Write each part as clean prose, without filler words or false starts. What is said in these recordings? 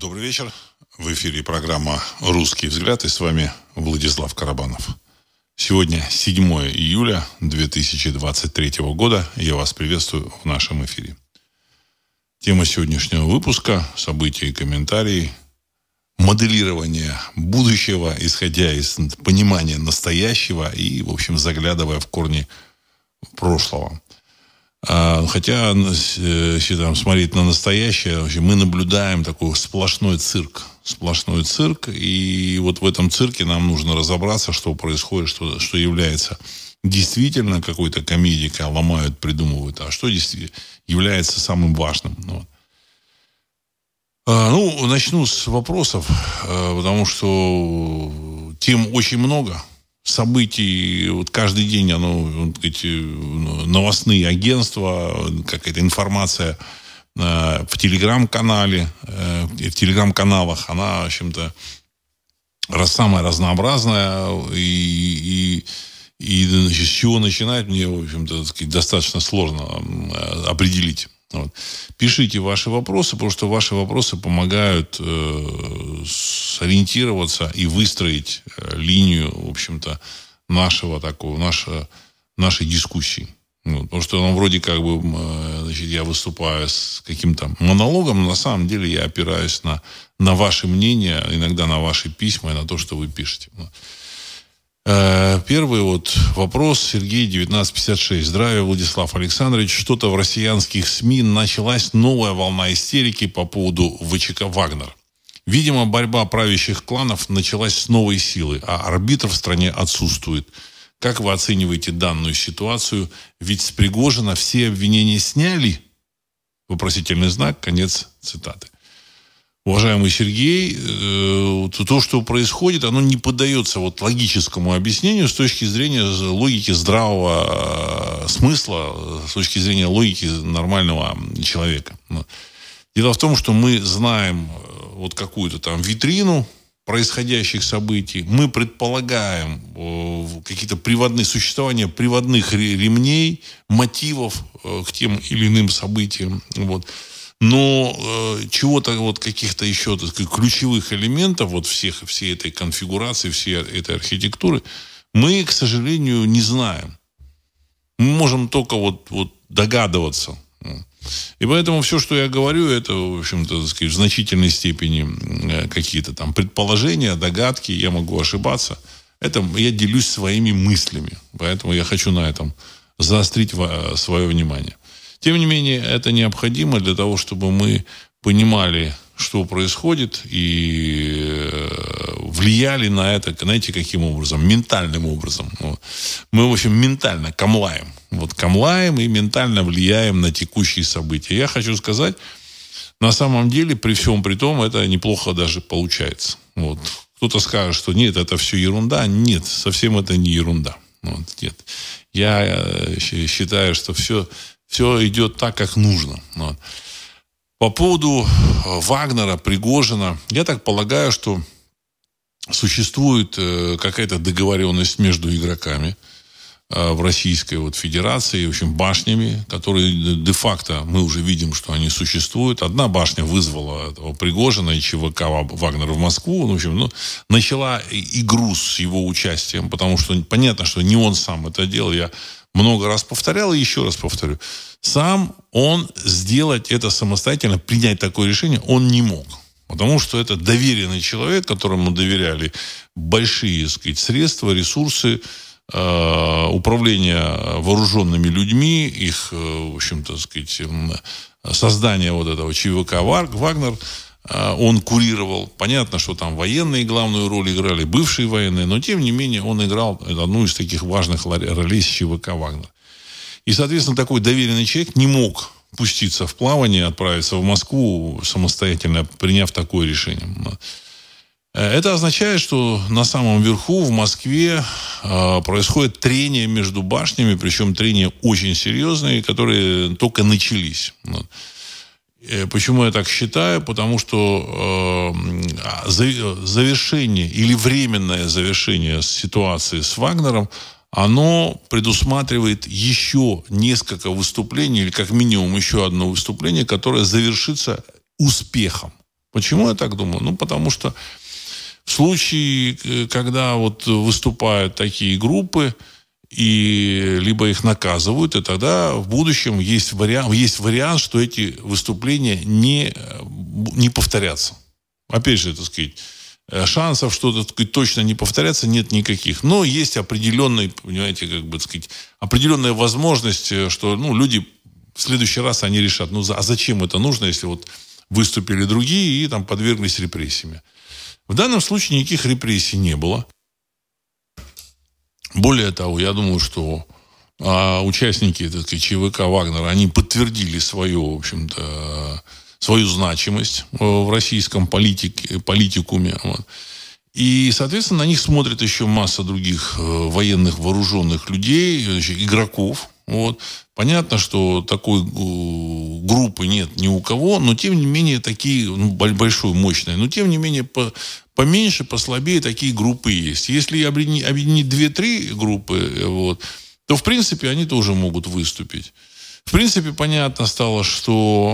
Добрый вечер. В эфире программа «Русский взгляд» и с вами Владислав Карабанов. Сегодня 7 июля 2023 года. Я вас приветствую в нашем эфире. Тема сегодняшнего выпуска – события и комментарии, моделирование будущего, исходя из понимания настоящего и, в общем, заглядывая в корни прошлого. Хотя, если там смотреть на настоящее, мы наблюдаем такой сплошной цирк. И вот в этом цирке нам нужно разобраться, что происходит, что является действительно какой-то комедией, когда ломают, придумывают, а что действительно является самым важным. Начну с вопросов, потому что тем очень много. Событий, вот каждый день новостные агентства, какая-то информация в телеграм-канале, в телеграм-каналах, она, в общем-то, самая разнообразная, и с чего начинать, мне, в общем-то, достаточно сложно определить. Вот. Пишите ваши вопросы, потому что ваши вопросы помогают сориентироваться и выстроить линию, в общем-то, нашей дискуссии. Вот. Потому что вроде как бы, я выступаю с каким-то монологом, но на самом деле я опираюсь на ваши мнения, иногда на ваши письма и на то, что вы пишете. Первый вопрос. Сергей, 1956. Здравия, Владислав Александрович. Что-то в россиянских СМИ началась новая волна истерики по поводу ВЧК «Вагнер». Видимо, борьба правящих кланов началась с новой силы, а арбитр в стране отсутствует. Как вы оцениваете данную ситуацию? Ведь с Пригожина все обвинения сняли? Вопросительный знак. Конец цитаты. Уважаемый Сергей, то, что происходит, оно не поддается логическому объяснению с точки зрения логики здравого смысла, с точки зрения логики нормального человека. Дело в том, что мы знаем какую-то там витрину происходящих событий, мы предполагаем какие-то существование приводных ремней, мотивов к тем или иным событиям. Но чего-то, каких-то еще, так сказать, ключевых элементов всей этой конфигурации, всей этой архитектуры, мы, к сожалению, не знаем. Мы можем только догадываться. И поэтому все, что я говорю, это, в общем-то, так сказать, в значительной степени какие-то там предположения, догадки, я могу ошибаться. Это я делюсь своими мыслями. Поэтому я хочу на этом заострить свое внимание. Тем не менее, это необходимо для того, чтобы мы понимали, что происходит, и влияли на это, знаете, каким образом? Ментальным образом. Мы, в общем, ментально камлаем. Камлаем и ментально влияем на текущие события. Я хочу сказать, на самом деле, при всем при том, это неплохо даже получается. Кто-то скажет, что нет, это все ерунда. Нет, совсем это не ерунда. Нет. Я считаю, что все идет так, как нужно. По поводу Вагнера, Пригожина, я так полагаю, что существует какая-то договоренность между игроками в Российской Федерации, в общем, башнями, которые де-факто мы уже видим, что они существуют. Одна башня вызвала этого Пригожина и ЧВК Вагнера в Москву. В общем, начала игру с его участием, потому что понятно, что не он сам это делал. Я много раз повторял и еще раз повторю. Сам он сделать это самостоятельно, принять такое решение он не мог. Потому что это доверенный человек, которому доверяли большие, так сказать, средства, ресурсы, управление вооруженными людьми, их, в общем-то, так сказать, создание этого ЧВК «Вагнер», он курировал. Понятно, что там военные главную роль играли, бывшие военные, но, тем не менее, он играл одну из таких важных ролей с ЧВК «Вагнер». И, соответственно, такой доверенный человек не мог пуститься в плавание, отправиться в Москву самостоятельно, приняв такое решение. Это означает, что на самом верху, в Москве, происходит трение между башнями, причем трения очень серьезные, которые только начались. Почему я так считаю? Потому что завершение или временное завершение ситуации с Вагнером, оно предусматривает еще несколько выступлений, или как минимум еще одно выступление, которое завершится успехом. Почему я так думаю? Ну, потому что в случае, когда вот выступают такие группы, и либо их наказывают, и тогда в будущем есть вариант, что эти выступления не повторятся. Опять же, так сказать, шансов что-то, так сказать, точно не повторяться нет никаких. Но есть определенная, понимаете, как бы, так сказать, определенная возможность, что люди в следующий раз они решат, а зачем это нужно, если вот выступили другие и там подверглись репрессиями. В данном случае никаких репрессий не было. Более того, я думаю, что участники, так сказать, ЧВК «Вагнера», они подтвердили свою, в общем-то, свою значимость в российском политикуме. Вот. И, соответственно, на них смотрит еще масса других военных вооруженных людей, игроков. Вот. Понятно, что такой группы нет ни у кого, но, тем не менее, такие, большой, мощной, но, тем не менее, поменьше, послабее такие группы есть. Если объединить 2-3 группы, вот, то, в принципе, они тоже могут выступить. В принципе, понятно стало, что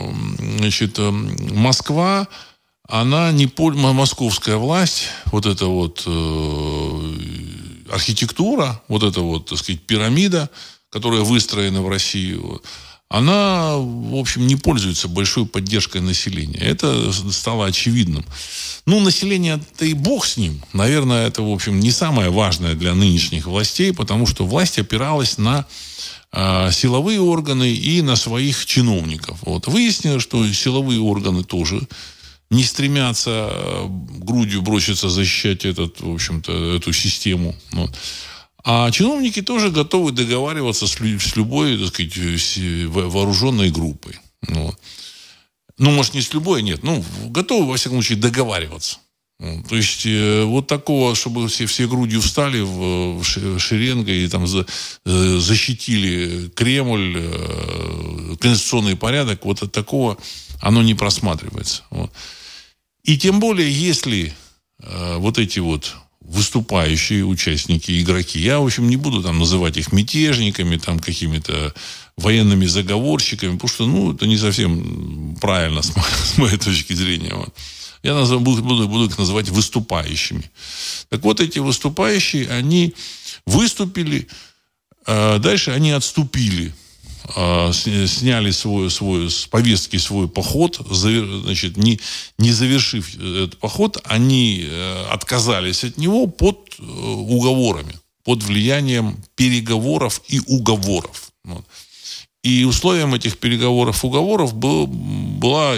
Москва, она московская власть, вот эта вот архитектура, вот эта вот, так сказать, пирамида, которая выстроена в России, она, в общем, не пользуется большой поддержкой населения. Это стало очевидным. Население-то и бог с ним. Наверное, это, в общем, не самое важное для нынешних властей, потому что власть опиралась на силовые органы и на своих чиновников. Вот. Выяснилось, что силовые органы тоже не стремятся грудью броситься защищать в общем-то, эту систему. Вот. А чиновники тоже готовы договариваться с любой, так сказать, вооруженной группой. Вот. Может, не с любой, нет. Готовы, во всяком случае, договариваться. То есть, вот такого, чтобы все грудью встали в шеренго и там защитили Кремль, конституционный порядок, вот от такого оно не просматривается. Вот. И тем более, если вот эти вот выступающие участники, игроки, я, в общем, не буду там называть их мятежниками, там какими-то военными заговорщиками, потому что, это не совсем правильно с моей точки зрения. Вот. Я буду их называть выступающими. Так вот, эти выступающие, они выступили, дальше они отступили, сняли с повестки свой поход, значит, не завершив этот поход, они отказались от него под уговорами, под влиянием переговоров и уговоров. Вот. И условием этих переговоров и уговоров было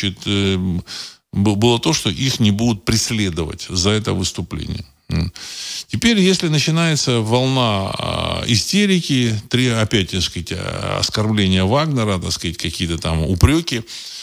то, что их не будут преследовать за это выступление. Теперь, если начинается волна истерики, опять, так сказать, оскорбления Вагнера, так сказать, какие-то там упреки,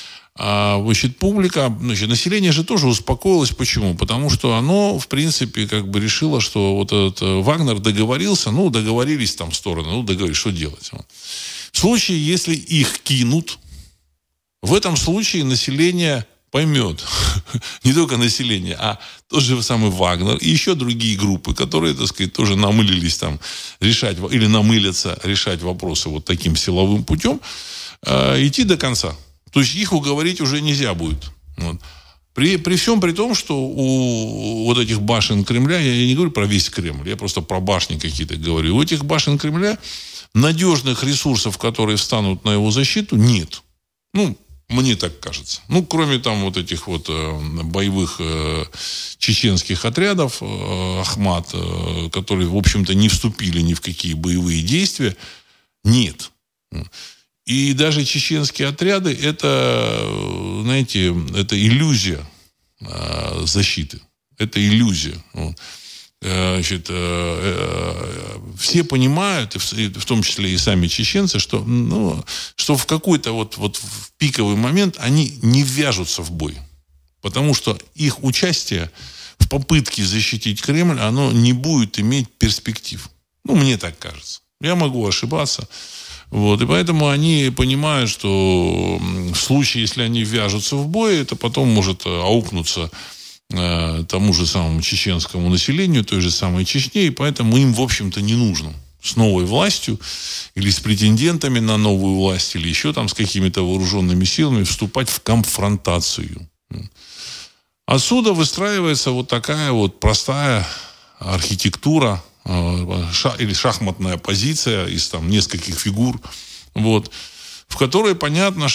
публика, население же тоже успокоилось. Почему? Потому что оно, в принципе, как бы решило, что вот этот Вагнер договорился, договорились там стороны, договорились, что делать. В случае, если их кинут, в этом случае население поймет, не только население, а тот же самый Вагнер и еще другие группы, которые, так сказать, тоже намылились там решать, или намылятся решать вопросы вот таким силовым путем, идти до конца. То есть их уговорить уже нельзя будет. Вот. При всем при том, что у вот этих башен Кремля, я не говорю про весь Кремль, я просто про башни какие-то говорю, у этих башен Кремля надежных ресурсов, которые встанут на его защиту, нет. Мне так кажется. Кроме там вот этих вот боевых чеченских отрядов Ахмат, которые, в общем-то, не вступили ни в какие боевые действия, нет. И даже чеченские отряды, это, знаете, это иллюзия защиты. Это иллюзия. Значит, все понимают, в том числе и сами чеченцы, что в какой-то вот в пиковый момент они не ввяжутся в бой. Потому что их участие в попытке защитить Кремль, оно не будет иметь перспектив. Мне так кажется. Я могу ошибаться. Вот. И поэтому они понимают, что в случае, если они ввяжутся в бой, это потом может аукнуться тому же самому чеченскому населению, той же самой Чечне, и поэтому им, в общем-то, не нужно с новой властью или с претендентами на новую власть или еще там с какими-то вооруженными силами вступать в конфронтацию. Отсюда выстраивается вот такая вот простая архитектура или шахматная позиция из там нескольких фигур, вот, в которой понятно,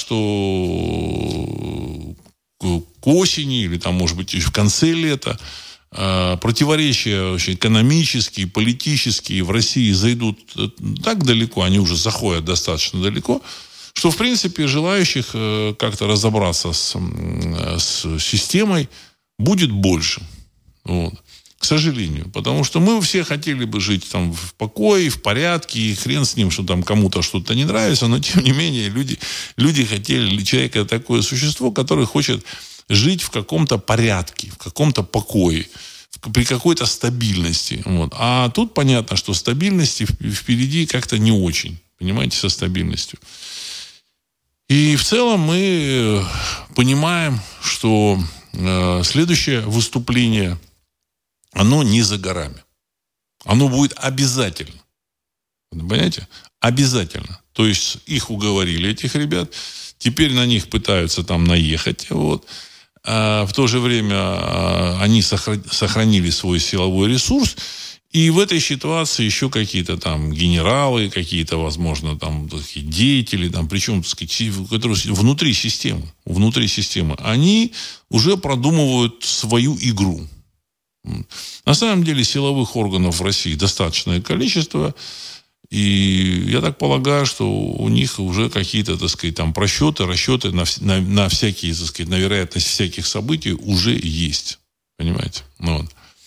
что к осени или там, может быть, в конце лета противоречия вообще экономические, политические в России зайдут так далеко, они уже заходят достаточно далеко, что, в принципе, желающих как-то разобраться с системой будет больше. Вот. К сожалению. Потому что мы все хотели бы жить там в покое, в порядке, и хрен с ним, что там кому-то что-то не нравится, но, тем не менее, люди хотели, человек — это такое существо, которое хочет жить в каком-то порядке, в каком-то покое, при какой-то стабильности. Вот. А тут понятно, что стабильности впереди как-то не очень. Понимаете, со стабильностью. И в целом мы понимаем, что следующее выступление, оно не за горами. Оно будет обязательно. Понимаете? Обязательно. То есть их уговорили, этих ребят. Теперь на них пытаются там наехать. Вот. А в то же время они сохранили свой силовой ресурс. И в этой ситуации еще какие-то там генералы, какие-то, возможно, там такие деятели, там, причем, так сказать, которые внутри системы, они уже продумывают свою игру. На самом деле силовых органов в России достаточное количество. И я так полагаю, что у них уже какие-то, так сказать, там расчеты на всякие, так сказать, на вероятность всяких событий уже есть. Понимаете? Вот.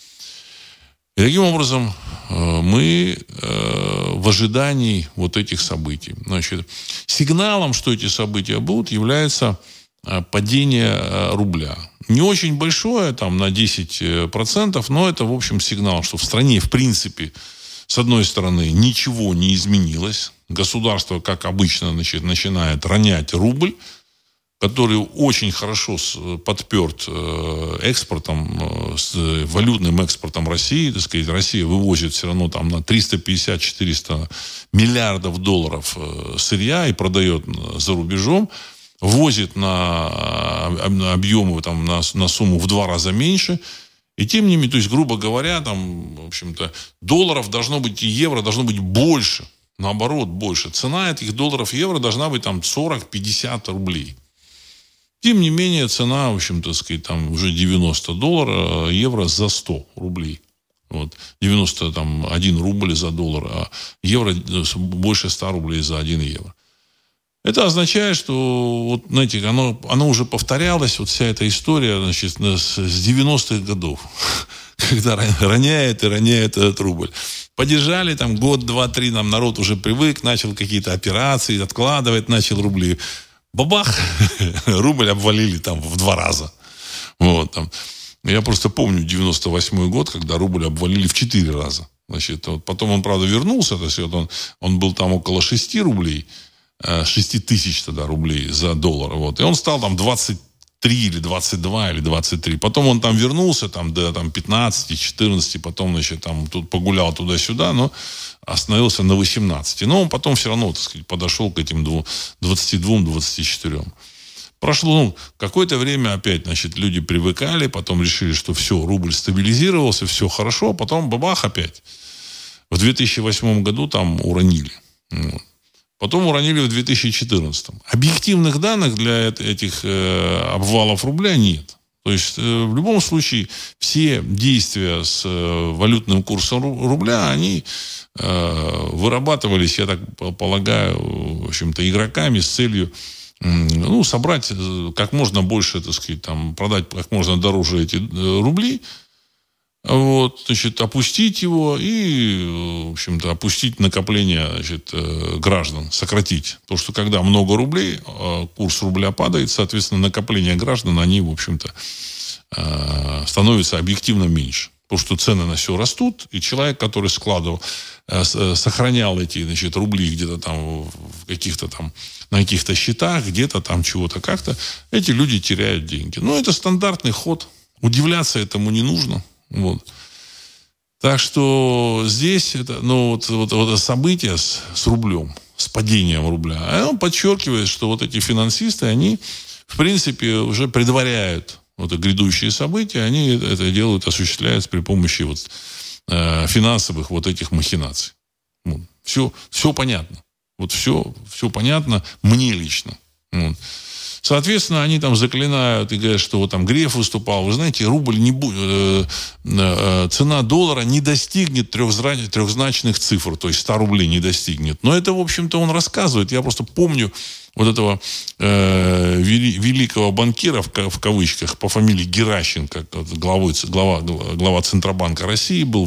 И таким образом мы в ожидании вот этих событий. Значит, сигналом, что эти события будут, является падение рубля. Не очень большое, там на 10%, но это, в общем, сигнал, что в стране, в принципе, с одной стороны, ничего не изменилось. Государство, как обычно, начинает ронять рубль, который очень хорошо подперт экспортом, с валютным экспортом России. Так сказать, Россия вывозит все равно там на 350-400 миллиардов долларов сырья и продает за рубежом. Ввозит на объемы, там, на сумму в 2 раза меньше. И тем не менее, то есть, грубо говоря, там, в общем-то, долларов должно быть и евро должно быть больше. Наоборот, больше. Цена этих долларов и евро должна быть там 40-50 рублей. Тем не менее, цена, в общем-то, сказать, там уже $90, евро за 100 рублей. Вот. 91 рубль за доллар, а евро больше 100 рублей за 1 евро. Это означает, что, вот, знаете, оно уже повторялось, вот вся эта история, значит, с 90-х годов, когда роняет этот рубль. Подержали там год, два, три, нам народ уже привык, начал какие-то операции, откладывать начал рубли. Бабах, рубль обвалили там в 2 раза. Вот, там. Я просто помню 98-й год, когда рубль обвалили в 4 раза. Значит, вот, потом он, правда, вернулся, то есть вот он был там около 6 рублей, 6 тысяч тогда рублей за доллар. Вот. И он стал там 23 или 22 или 23. Потом он там вернулся там, до там, 15, 14. Потом, значит, там, тут погулял туда-сюда, но остановился на 18. Но он потом все равно, так сказать, подошел к этим 22-24. Прошло какое-то время опять, значит, люди привыкали, потом решили, что все, рубль стабилизировался, все хорошо, потом бабах опять. В 2008 году там уронили. Вот. Потом уронили в 2014. Объективных данных для этих обвалов рубля нет. То есть, в любом случае, все действия с валютным курсом рубля, они вырабатывались, я так полагаю, в общем-то, игроками с целью собрать как можно больше, так сказать, там, продать как можно дороже эти рубли, вот, значит, опустить его и, в общем-то, опустить накопление, значит, граждан, сократить. Потому что когда много рублей, курс рубля падает, соответственно, накопление граждан, они, в общем-то, становятся объективно меньше. Потому что цены на все растут, и человек, который сохранял эти, значит, рубли где-то там в каких-то там, на каких-то счетах, где-то там чего-то как-то, эти люди теряют деньги. Ну, это стандартный ход. Удивляться этому не нужно. Вот. Так что здесь это, вот событие с рублем, с падением рубля, оно подчеркивает, что вот эти финансисты, они, в принципе, уже предваряют вот грядущие события, они это делают, осуществляют при помощи вот, финансовых вот этих махинаций. Вот. Все понятно. Вот все понятно мне лично. Вот. Соответственно, они там заклинают и говорят, что вот там Греф выступал. Вы знаете, рубль не будет, цена доллара не достигнет трехзначных цифр, то есть 100 рублей не достигнет. Но это, в общем-то, он рассказывает. Я просто помню вот этого великого банкира, в кавычках, по фамилии Геращенко, глава Центробанка России был в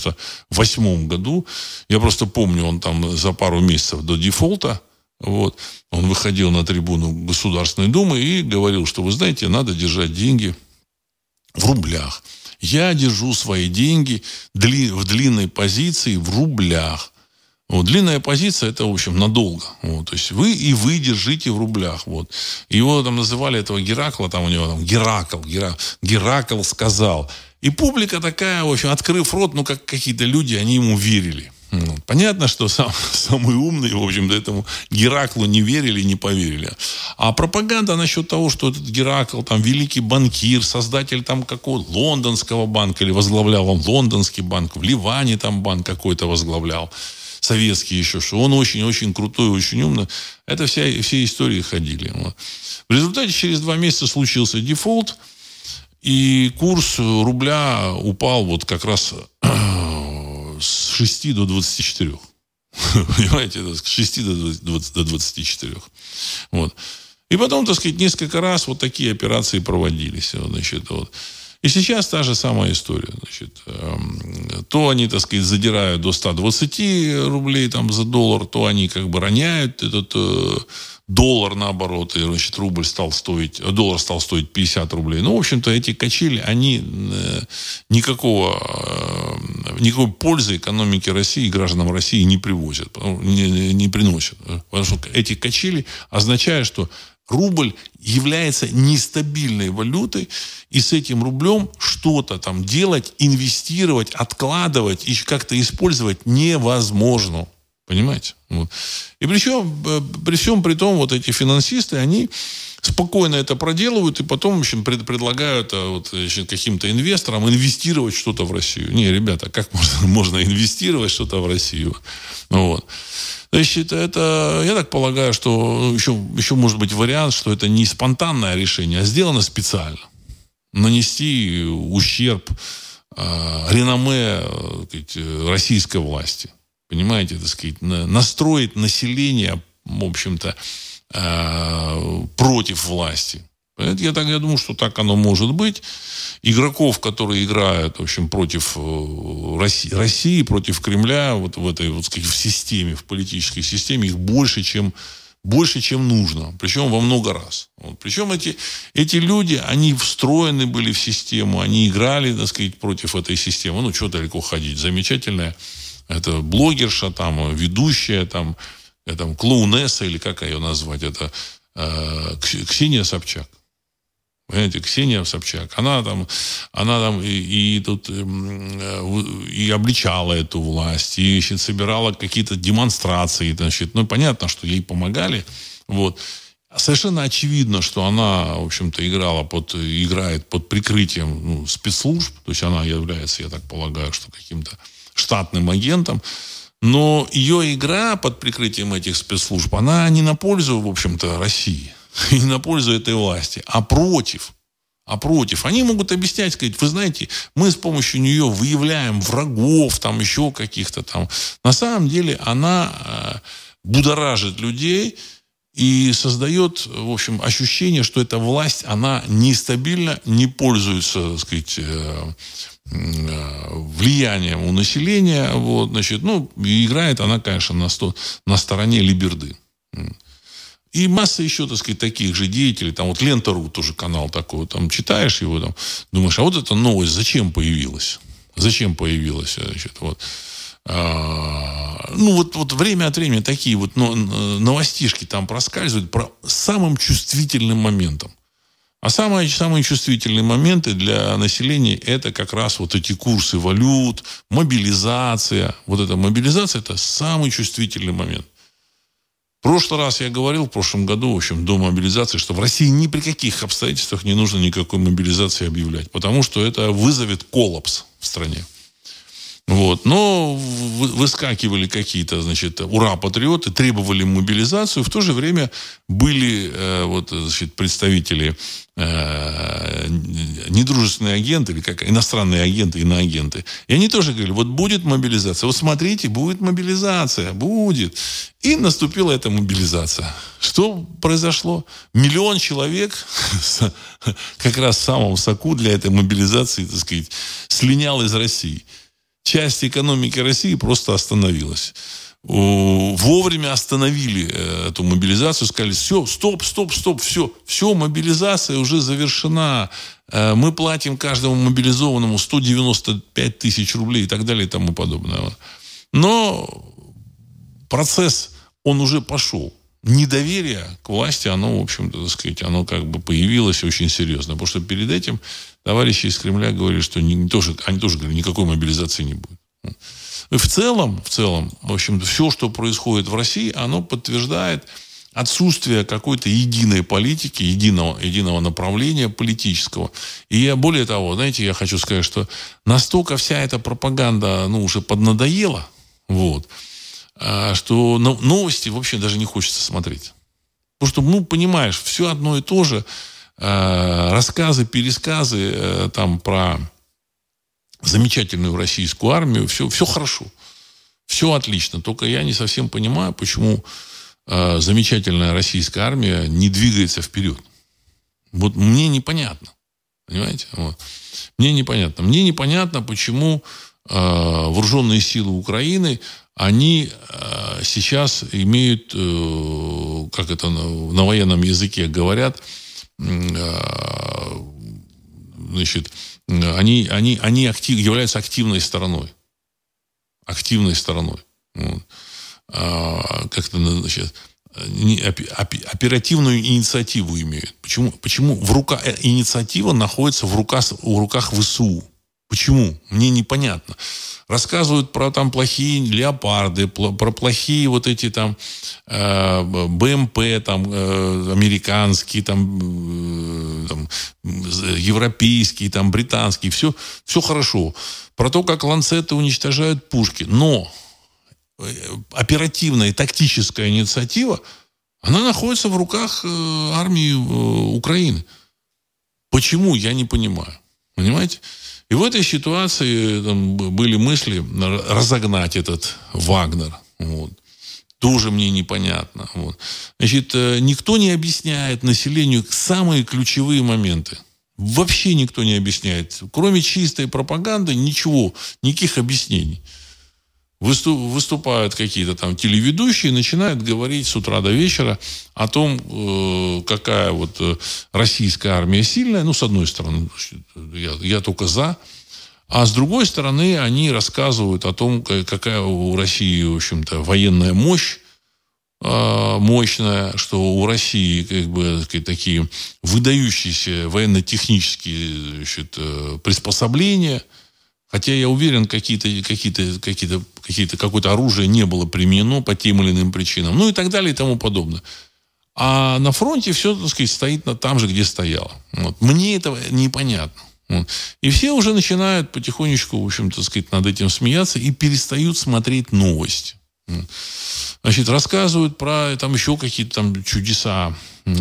98 году. Я просто помню, он там за пару месяцев до дефолта, вот, он выходил на трибуну Государственной Думы и говорил, что, вы знаете, надо держать деньги в рублях. Я держу свои деньги в длинной позиции в рублях. Вот, длинная позиция, это, в общем, надолго. Вот, то есть вы держите в рублях. Вот. Его там называли, этого Геракла, там у него там Геракл сказал. И публика такая, в общем, открыв рот, ну, как какие-то люди, они ему верили. Понятно, что самые умные, в общем-то, этому Гераклу не верили, не поверили. А пропаганда насчет того, что этот Геракл, там, великий банкир, создатель там какого-то лондонского банка, или возглавлял он лондонский банк, в Ливане там банк какой-то возглавлял, советский еще, что он очень-очень крутой, очень умный. Это все истории ходили. Вот. В результате через 2 месяца случился дефолт, и курс рубля упал вот как раз с 6 до 24. Понимаете, с 6 до 24. Вот. И потом, так сказать, несколько раз вот такие операции проводились. Значит, вот. И сейчас та же самая история. Значит, то они, так сказать, задирают до 120 рублей там, за доллар, то они как бы роняют этот доллар наоборот, и, значит, доллар стал стоить 50 рублей. Ну, в общем-то, эти качели, они никакой пользы экономике России и гражданам России не привозят, не приносят. Потому что эти качели означают, что рубль является нестабильной валютой, и с этим рублем что-то там делать, инвестировать, откладывать и как-то использовать невозможно. Понимаете? Вот. И при всем при том, вот эти финансисты, они спокойно это проделывают и потом, в общем, предлагают каким-то инвесторам инвестировать что-то в Россию. Не, ребята, как можно инвестировать что-то в Россию? Вот. Значит, это, я так полагаю, что еще может быть вариант, что это не спонтанное решение, а сделано специально. Нанести ущерб реноме российской власти. Понимаете, так сказать, настроить население, в общем-то, против власти. Я думаю, что так оно может быть. Игроков, которые играют, в общем, против России, против Кремля, вот в этой, вот, сказать, в системе, в политической системе, их больше, чем нужно. Причем во много раз. Вот. Причем эти люди, они встроены были в систему, они играли, так сказать, против этой системы. Ну, что далеко ходить. Замечательная. Это блогерша, там, ведущая, там, клоунесса, или как ее назвать, это Ксения Собчак. Понимаете, Ксения Собчак, она там и обличала эту власть, и, значит, собирала какие-то демонстрации, значит, ну, понятно, что ей помогали, вот. Совершенно очевидно, что она, в общем-то, играет под прикрытием спецслужб, то есть она является, я так полагаю, что каким-то штатным агентом, но ее игра под прикрытием этих спецслужб, она не на пользу, в общем-то, России, не на пользу этой власти, а против. Они могут объяснять, сказать, вы знаете, мы с помощью нее выявляем врагов, там еще каких-то там. На самом деле она будоражит людей и создает, в общем, ощущение, что эта власть, она нестабильна, не пользуется, так сказать, влиянием у населения. Вот, значит, и играет она, конечно, на стороне либерды. И масса еще, так сказать, таких же деятелей. Там вот Лента.ру тоже канал такой. Там читаешь его, там, думаешь, а вот эта новость зачем появилась? Значит, вот. Вот время от времени такие вот новостишки там проскальзывают про самым чувствительным моментом. А самые чувствительные моменты для населения это как раз вот эти курсы валют, мобилизация. Вот эта мобилизация это самый чувствительный момент. В прошлый раз я говорил, в прошлом году, в общем, до мобилизации, что в России ни при каких обстоятельствах не нужно никакой мобилизации объявлять, потому что это вызовет коллапс в стране. Вот. Но выскакивали какие-то, значит, ура-патриоты, требовали мобилизацию. В то же время были значит, представители, недружественные агенты, или как иностранные агенты, иноагенты. И они тоже говорили, вот будет мобилизация. Вот смотрите, будет мобилизация, будет. И наступила эта мобилизация. Что произошло? 1 миллион человек как раз в самом соку для этой мобилизации, так сказать, слинял из России. Часть экономики России просто остановилась. Вовремя остановили эту мобилизацию, сказали, все, стоп, все, мобилизация уже завершена. Мы платим каждому мобилизованному 195 тысяч рублей и так далее и тому подобное. Но процесс, он уже пошел. Недоверие к власти, оно, в общем-то, так сказать, оно как бы появилось очень серьезно. Потому что перед этим товарищи из Кремля говорили, что они тоже говорили, никакой мобилизации не будет. И в целом, в общем, все, что происходит в России, оно подтверждает отсутствие какой-то единой политики, единого направления политического. И более того, знаете, я хочу сказать, что настолько вся эта пропаганда, уже поднадоела, что новости вообще даже не хочется смотреть. Потому что, понимаешь, все одно и то же. Рассказы, пересказы там про замечательную российскую армию. Все хорошо. Все отлично. Только я не совсем понимаю, почему замечательная российская армия не двигается вперед. Вот мне непонятно. Понимаете? Вот. Мне непонятно. Мне непонятно, почему вооруженные силы Украины, они сейчас имеют, как это на военном языке говорят, значит, они являются активной стороной. Активной стороной. Вот. Как-то, значит, оперативную инициативу имеют. Почему инициатива находится в руках ВСУ? Почему? Мне непонятно. Рассказывают про там плохие леопарды, про плохие вот эти там БМП, там американские, там европейские, там британские. Все хорошо. Про то, как ланцеты уничтожают пушки. Но оперативная и тактическая инициатива, она находится в руках армии Украины. Почему? Я не понимаю. Понимаете? И в этой ситуации там были мысли разогнать этот Вагнер. Вот. Тоже мне непонятно. Вот. Значит, никто не объясняет населению самые ключевые моменты. Вообще никто не объясняет. Кроме чистой пропаганды ничего, никаких объяснений. Выступают какие-то там телеведущие, начинают говорить с утра до вечера о том, какая вот российская армия сильная. С одной стороны, я только за. А с другой стороны, они рассказывают о том, какая у России, в общем-то, военная мощь мощная, что у России как бы такие выдающиеся военно-технические, значит, приспособления. Хотя я уверен, какое-то оружие не было применено по тем или иным причинам. И так далее и тому подобное. А на фронте все, так сказать, стоит там же, где стояло. Вот. Мне этого непонятно. Вот. И все уже начинают потихонечку, в общем-то, так сказать, над этим смеяться и перестают смотреть новости. Вот. Значит, рассказывают про там еще какие-то там чудеса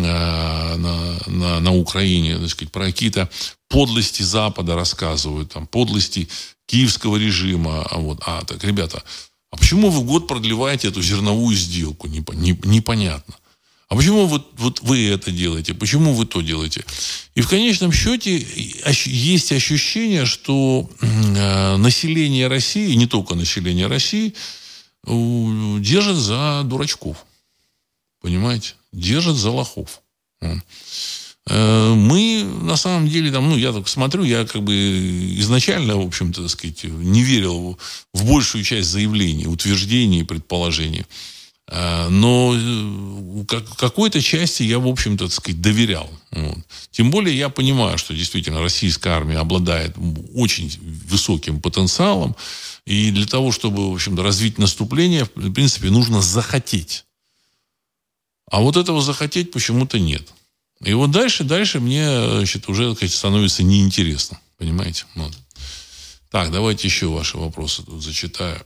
на Украине, так сказать, про какие-то подлости Запада рассказывают, там, подлости киевского режима. Так, ребята, а почему вы год продлеваете эту зерновую сделку? Непонятно. А почему вот вы это делаете? Почему вы то делаете? И в конечном счете есть ощущение, что население России, не только население России, держит за дурачков. Понимаете? Держит за лохов. Мы, на самом деле, там, я так смотрю, я как бы изначально, в общем-то, так сказать, не верил в большую часть заявлений, утверждений, предположений. Но какой-то части я, в общем-то, так сказать, доверял. Вот. Тем более я понимаю, что действительно российская армия обладает очень высоким потенциалом. И для того, чтобы, в общем-то, развить наступление, в принципе, нужно захотеть. А вот этого захотеть почему-то нет. И вот дальше мне, значит, уже становится неинтересно. Понимаете? Вот. Так, давайте еще ваши вопросы тут зачитаю.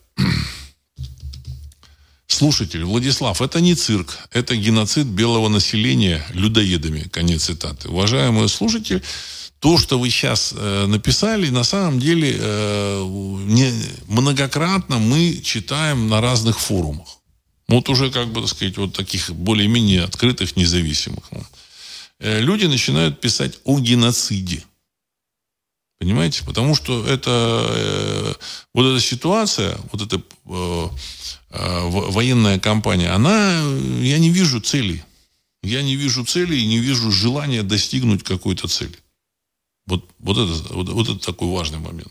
Слушатель, Владислав, это не цирк, это геноцид белого населения людоедами. Конец цитаты. Уважаемый слушатель, то, что вы сейчас написали, на самом деле многократно мы читаем на разных форумах. Вот уже, как бы, так сказать, вот таких более-менее открытых, независимых. Люди начинают писать о геноциде. Понимаете? Потому что это вот эта ситуация, вот эта военная кампания, я не вижу цели. Я не вижу цели и не вижу желания достигнуть какой-то цели. Вот это такой важный момент.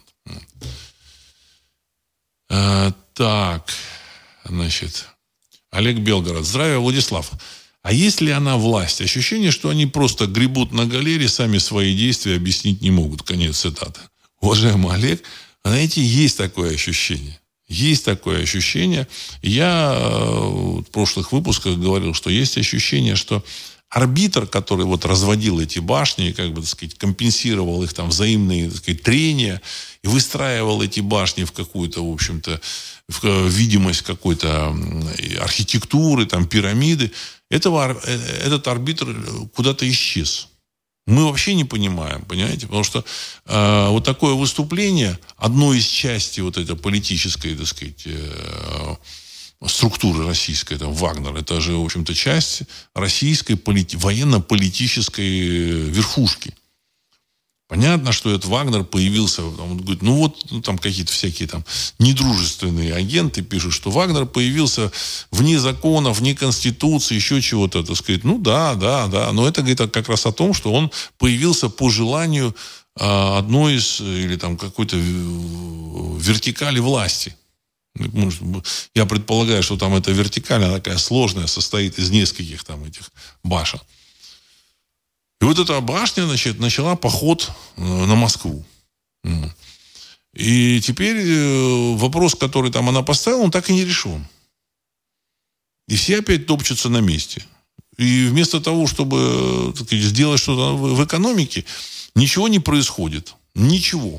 Так, значит, Олег Белгород. Здравия, Владислав. А есть ли она власть? Ощущение, что они просто гребут на галере, сами свои действия объяснить не могут. Конец цитаты. Уважаемый Олег, знаете, есть такое ощущение. Есть такое ощущение. Я в прошлых выпусках говорил, что есть ощущение, что арбитр, который вот разводил эти башни, как бы, так сказать, компенсировал их там взаимные, так сказать, трения и выстраивал эти башни в какую-то, в общем-то, в видимость какой-то архитектуры, там, пирамиды, этот арбитр куда-то исчез. Мы вообще не понимаем, понимаете? Потому что вот такое выступление, одной из частей вот этой политической, так сказать, структуры российской, там, Вагнер, это же, в общем-то, часть российской военно-политической верхушки. Понятно, что этот Вагнер появился, он говорит, там какие-то всякие там недружественные агенты пишут, что Вагнер появился вне законов, вне конституции, еще чего-то, так сказать. Да. Но это говорит как раз о том, что он появился по желанию одной из, или там какой-то вертикали власти. Я предполагаю, что там эта вертикаль, она такая сложная, состоит из нескольких там этих башен. И вот эта башня, значит, начала поход на Москву. И теперь вопрос, который там она поставила, он так и не решен. И все опять топчутся на месте. И вместо того, чтобы, так сказать, сделать что-то в экономике, ничего не происходит. Ничего.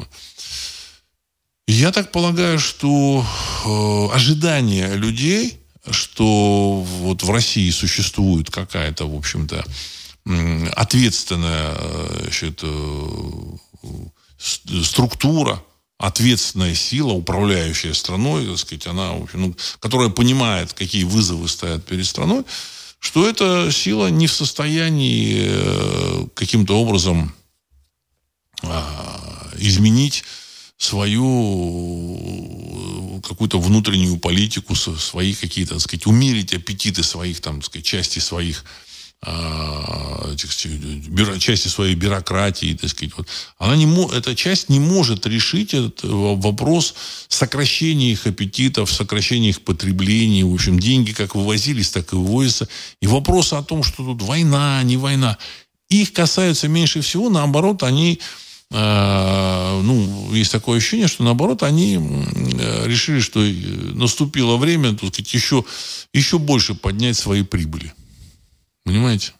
Я так полагаю, что ожидания людей, что вот в России существует какая-то, в общем-то, ответственная, значит, структура, ответственная сила, управляющая страной, так сказать, она, в общем, которая понимает, какие вызовы стоят перед страной, что эта сила не в состоянии каким-то образом изменить свою какую-то внутреннюю политику, свои какие-то, так сказать, умерить аппетиты своих, там, так сказать, части своих части своей бюрократии, так сказать. Вот. Эта часть не может решить этот вопрос сокращения их аппетитов, сокращения их потребления. В общем, деньги как вывозились, так и вывозятся. И вопрос о том, что тут война, не война, их касаются меньше всего. Наоборот, они, есть такое ощущение, что наоборот, они решили, что наступило время, так сказать, еще больше поднять свои прибыли. Понимаете?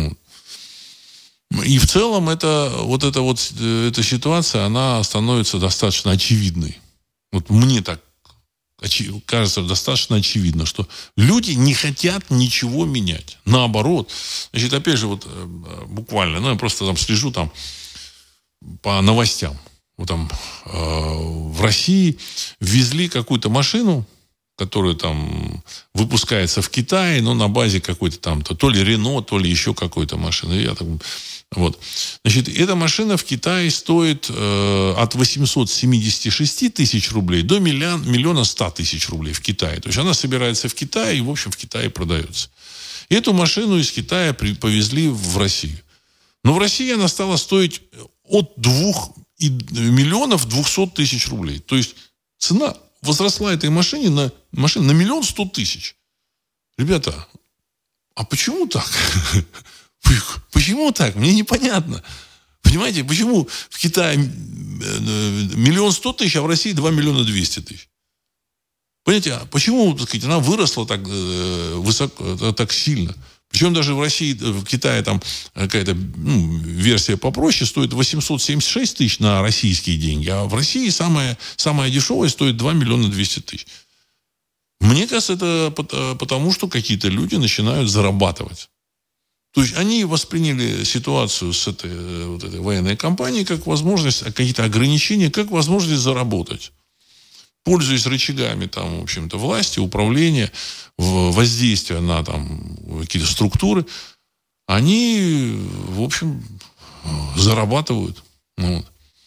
И в целом эта ситуация, она становится достаточно очевидной. Вот мне так кажется достаточно очевидно, что люди не хотят ничего менять. Наоборот. Значит, опять же, вот буквально, я просто там слежу там по новостям. Вот там в России ввезли какую-то машину, которая там выпускается в Китае, но на базе какой-то там, то ли Рено, то ли еще какой-то машины. Вот. Значит, эта машина в Китае стоит от 876 тысяч рублей до 1 100 000 рублей в Китае. То есть она собирается в Китае и, в общем, в Китае продается. И эту машину из Китая повезли в Россию. Но в России она стала стоить от 2 200 000 рублей. То есть цена возросла этой машине на 1 100 000. Ребята, а почему так? Почему так? Мне непонятно. Понимаете, почему в Китае 1 100 000, а в России 2 200 000? Понимаете, а почему, так сказать, она выросла так высоко, так сильно? Причем даже в России, в Китае там какая-то версия попроще стоит 876 тысяч на российские деньги, а в России самая дешевая стоит 2 миллиона 200 тысяч. Мне кажется, это потому, что какие-то люди начинают зарабатывать. То есть они восприняли ситуацию с этой военной кампанией как возможность, какие-то ограничения, как возможность заработать. Пользуясь рычагами там, в общем-то, власти, управления, воздействия на там, какие-то структуры, они, в общем, зарабатывают. Вот.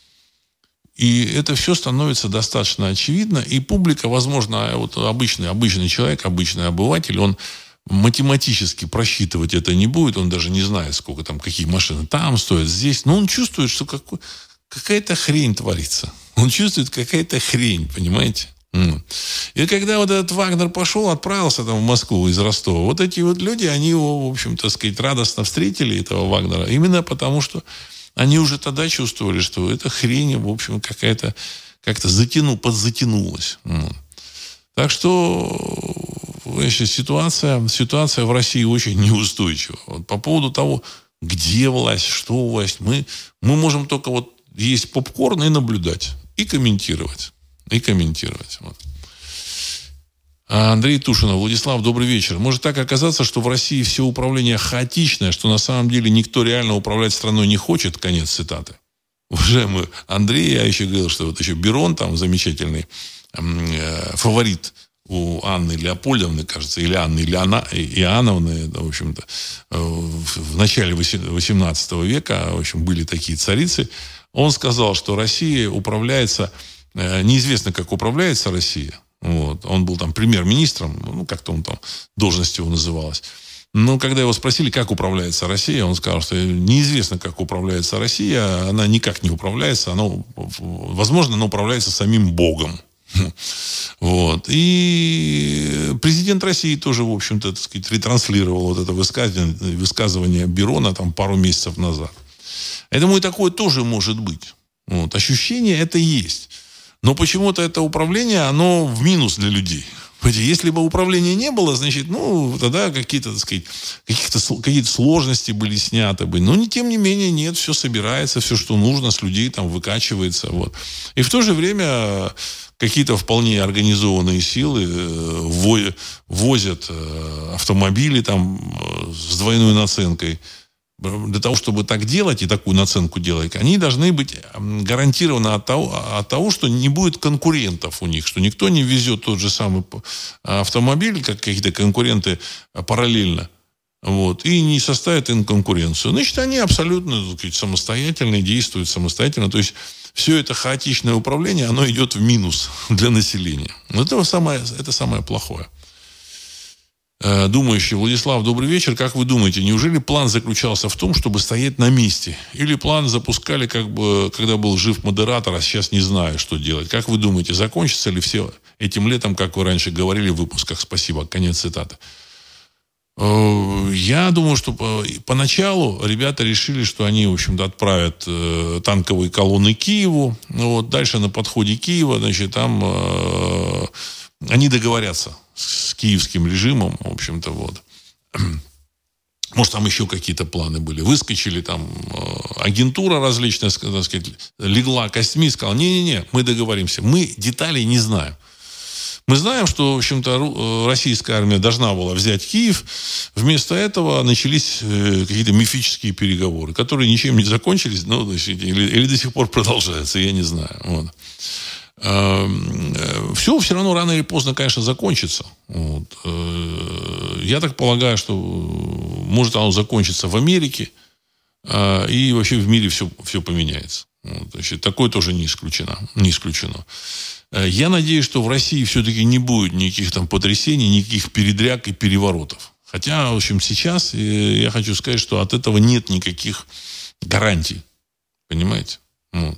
И это все становится достаточно очевидно. И публика, возможно, вот обычный человек, обычный обыватель, он математически просчитывать это не будет. Он даже не знает, сколько там, какие машины там стоят, здесь. Но он чувствует, что какая-то хрень творится. Он чувствует какая-то хрень, понимаете? И когда вот этот Вагнер пошел, отправился там в Москву из Ростова, вот эти вот люди, они его, в общем-то, сказать, радостно встретили, этого Вагнера, именно потому, что они уже тогда чувствовали, что эта хрень, в общем, как-то подзатянулась. Так что ситуация в России очень неустойчива. Вот по поводу того, где власть, что власть, мы можем только вот есть попкорн и наблюдать, и комментировать. Вот. Андрей Тушинов. Владислав, добрый вечер. Может так оказаться, что в России все управление хаотичное, что на самом деле никто реально управлять страной не хочет? Конец цитаты. Уважаемый Андрей, я еще говорил, что вот еще Берон, там замечательный фаворит у Анны Леопольдовны, кажется, или Анны Иоанновны, в общем-то, в начале 18 века, в общем, были такие царицы. Он сказал, что Россия управляется, неизвестно, как управляется Россия. Вот. Он был там премьер-министром, как-то он там, должность его называлась. Но когда его спросили, как управляется Россия, он сказал, что неизвестно, как управляется Россия, она никак не управляется, возможно, она управляется самим Богом. Вот. И президент России тоже, в общем-то, так сказать, ретранслировал вот это высказывание Берона там пару месяцев назад. Я думаю, такое тоже может быть. Вот. Ощущение это есть. Но почему-то это управление, оно в минус для людей. Если бы управления не было, значит, тогда какие-то сложности были сняты бы. Но тем не менее, нет, все собирается, все, что нужно, с людей там выкачивается. Вот. И в то же время какие-то вполне организованные силы возят автомобили там с двойной наценкой. Для того, чтобы так делать и такую наценку делать, они должны быть гарантированы от того, что не будет конкурентов у них, что никто не везет тот же самый автомобиль, как какие-то конкуренты параллельно, вот, и не составят им конкуренцию. Значит, они абсолютно, так сказать, самостоятельно, действуют самостоятельно. То есть все это хаотичное управление, оно идет в минус для населения. Это самое плохое. Думающий. Владислав, добрый вечер. Как вы думаете, неужели план заключался в том, чтобы стоять на месте? Или план запускали, когда был жив модератор, а сейчас не знаю, что делать? Как вы думаете, закончится ли все этим летом, как вы раньше говорили в выпусках? Спасибо. Конец цитаты. Я думаю, что поначалу ребята решили, что они, в общем-то, отправят танковые колонны к Киеву. Вот, дальше на подходе Киева, значит, там они договорятся с киевским режимом, в общем-то, вот. Может, там еще какие-то планы были. Выскочили там агентура различная, так сказать, легла костьми и сказала, не-не-не, мы договоримся. Мы деталей не знаем. Мы знаем, что, в общем-то, российская армия должна была взять Киев. Вместо этого начались какие-то мифические переговоры, которые ничем не закончились, или до сих пор продолжаются, я не знаю. Вот. Все равно рано или поздно, конечно, закончится. Вот. Я так полагаю, что может оно закончиться в Америке, и вообще в мире все поменяется. Вот. Значит, такое тоже не исключено. Я надеюсь, что в России все-таки не будет никаких там потрясений, никаких передряг и переворотов. Хотя, в общем, сейчас я хочу сказать, что от этого нет никаких гарантий. Понимаете? Вот.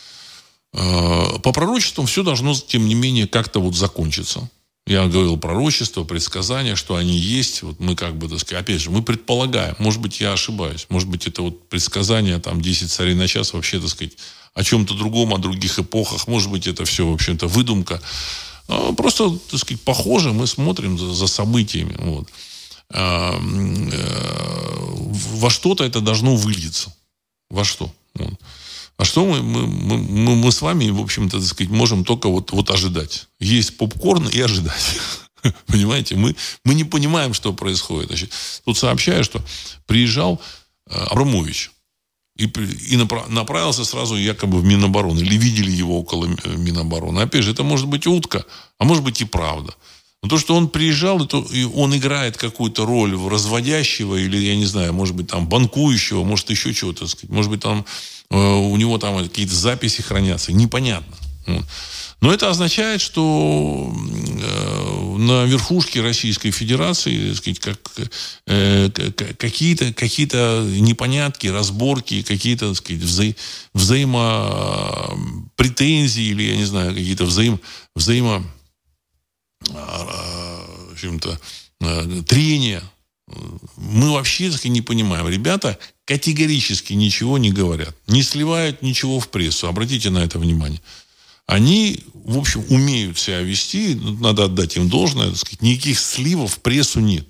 По пророчествам все должно, тем не менее, как-то вот закончиться. Я говорил пророчества, предсказания, что они есть. Вот мы так сказать, опять же, мы предполагаем. Может быть, я ошибаюсь. Может быть, это вот предсказание, там, 10 царей на час, вообще, так сказать, о чем-то другом, о других эпохах. Может быть, это все, в общем-то, выдумка. Просто, так сказать, похоже, мы смотрим за событиями. Вот. Во что-то это должно выльется. Во что? Вот. А что мы с вами, в общем-то, так сказать, можем только вот ожидать. Есть попкорн и ожидать. Понимаете? Мы не понимаем, что происходит. Значит, тут сообщаю, что приезжал Абрамович и направился сразу якобы в Минобороны. Или видели его около Минобороны. Опять же, это может быть утка, а может быть и правда. Но то, что он приезжал, и он играет какую-то роль разводящего, или, я не знаю, может быть, там, банкующего, может, еще чего-то, так сказать. Может быть, там у него там какие-то записи хранятся. Непонятно. Но это означает, что на верхушке Российской Федерации, так сказать, какие-то непонятки, разборки, какие-то, так сказать, взаимопретензии или, я не знаю, какие-то в общем-то, трения. Мы вообще, так сказать, не понимаем. Ребята категорически ничего не говорят. Не сливают ничего в прессу. Обратите на это внимание. Они, в общем, умеют себя вести. Надо отдать им должное. Так сказать, никаких сливов в прессу нет.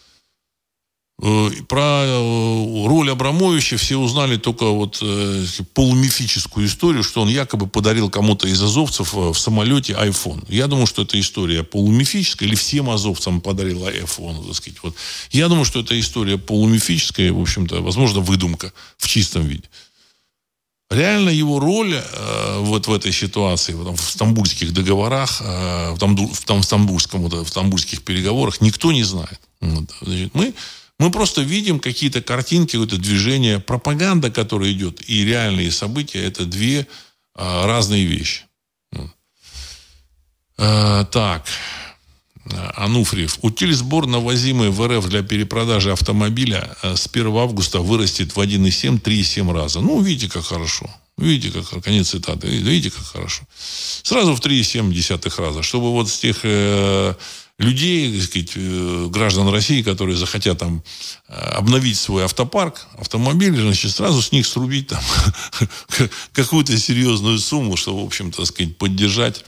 Про роль Абрамовича все узнали только полумифическую историю, что он якобы подарил кому-то из азовцев в самолете iPhone. Я думаю, что это история полумифическая, или всем азовцам подарил iPhone, так сказать. Вот. Я думаю, что это история полумифическая, в общем-то, возможно, выдумка в чистом виде. Реально его роль в этой ситуации, в стамбульских договорах, в стамбульских переговорах никто не знает. Вот. Значит, мы просто видим какие-то картинки, какое-то движение. Пропаганда, которая идет, и реальные события – это две разные вещи. Так. Ануфриев. Утильсбор, навозимый в РФ для перепродажи автомобиля, с 1 августа вырастет в 1,7-3,7 раза. Ну, видите, как хорошо. Видите, как конец цитаты. Видите, как хорошо. Сразу в 3,7 раза. Чтобы вот с тех людей, так сказать, граждан России, которые захотят там обновить свой автопарк, автомобиль, значит, сразу с них срубить там какую-то серьезную сумму, чтобы, в общем-то, так сказать, поддержать,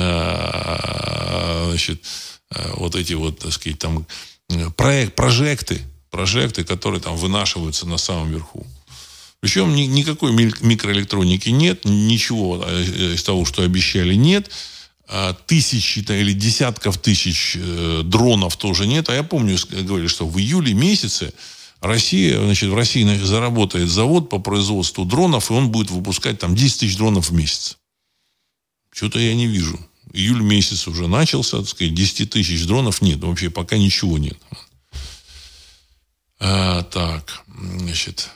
значит, вот эти вот, так сказать, там прожекты, которые там вынашиваются на самом верху. Причем никакой микроэлектроники нет, ничего из того, что обещали, нет. Тысячи или десятков тысяч дронов тоже нет. А я помню, говорили, что в июле месяце в России заработает завод по производству дронов, и он будет выпускать там 10 тысяч дронов в месяц. Что-то я не вижу. Июль месяц уже начался, так сказать, 10 тысяч дронов нет. Вообще пока ничего нет. Так, значит...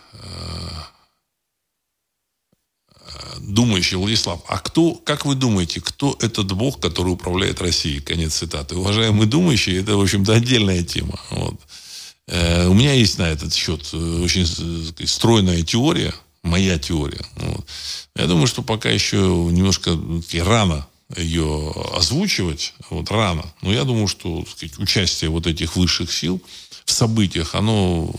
Думающий Владислав, как вы думаете, кто этот бог, который управляет Россией? Конец цитаты. Уважаемые думающие, это, в общем-то, отдельная тема. Вот. У меня есть на этот счет очень, сказать, стройная теория, моя теория. Вот. Я думаю, что пока еще немножко рано ее озвучивать, рано. Но я думаю, что, так сказать, участие вот этих высших сил в событиях, оно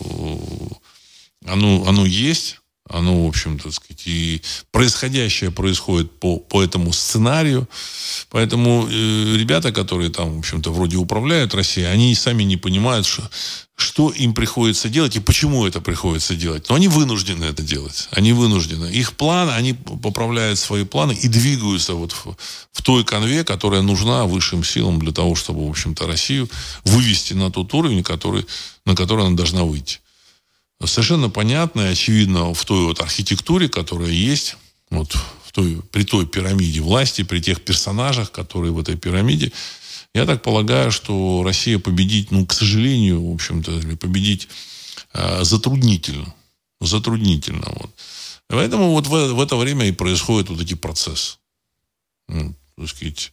есть. Оно, в общем-то, так сказать, и происходящее происходит по этому сценарию. Поэтому ребята, которые там, в общем-то, вроде управляют Россией, они сами не понимают, что им приходится делать и почему это приходится делать. Но они вынуждены это делать. Они вынуждены. Их планы, они поправляют свои планы и двигаются вот в той конве, которая нужна высшим силам для того, чтобы, в общем-то, Россию вывести на тот уровень, на который она должна выйти. Совершенно понятно и очевидно в той вот архитектуре, которая есть, при той пирамиде власти, при тех персонажах, которые в этой пирамиде. Я так полагаю, что Россия победить, к сожалению, в общем-то, победить затруднительно. Затруднительно. Вот. Поэтому вот в это время и происходят вот эти процессы. Так сказать,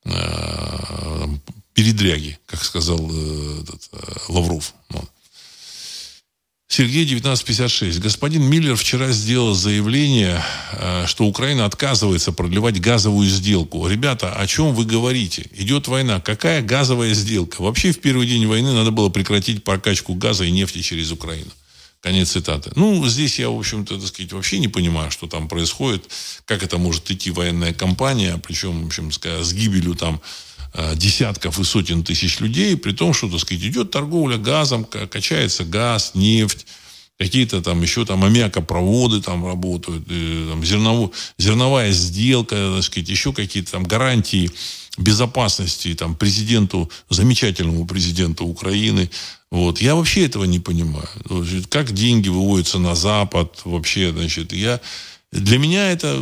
передряги, как сказал Лавров. Вот. Сергей, 1956. Господин Миллер вчера сделал заявление, что Украина отказывается продлевать газовую сделку. Ребята, о чем вы говорите? Идет война. Какая газовая сделка? Вообще в первый день войны надо было прекратить прокачку газа и нефти через Украину. Конец цитаты. Здесь я, в общем-то, так сказать, вообще не понимаю, что там происходит, как это может идти военная кампания, причем, в общем, с гибелью там десятков и сотен тысяч людей, при том, что, так сказать, идет торговля газом, качается газ, нефть, какие-то там еще там аммиакопроводы там работают, там зерновая сделка, так сказать, еще какие-то там гарантии безопасности там замечательному президенту Украины. Вот. Я вообще этого не понимаю. Как деньги выводятся на Запад вообще, значит, для меня это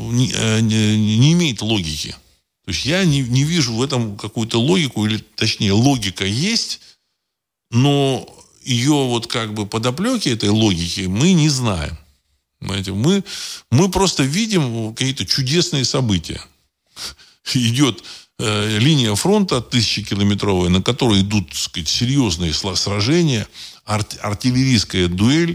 не имеет логики. То есть я не вижу в этом какую-то логику, или точнее логика есть, но ее вот как бы подоплеки этой логики мы не знаем. Понимаете? Мы просто видим какие-то чудесные события. Идет линия фронта 1000-километровая, на которой идут, так сказать, серьезные сражения, артиллерийская дуэль,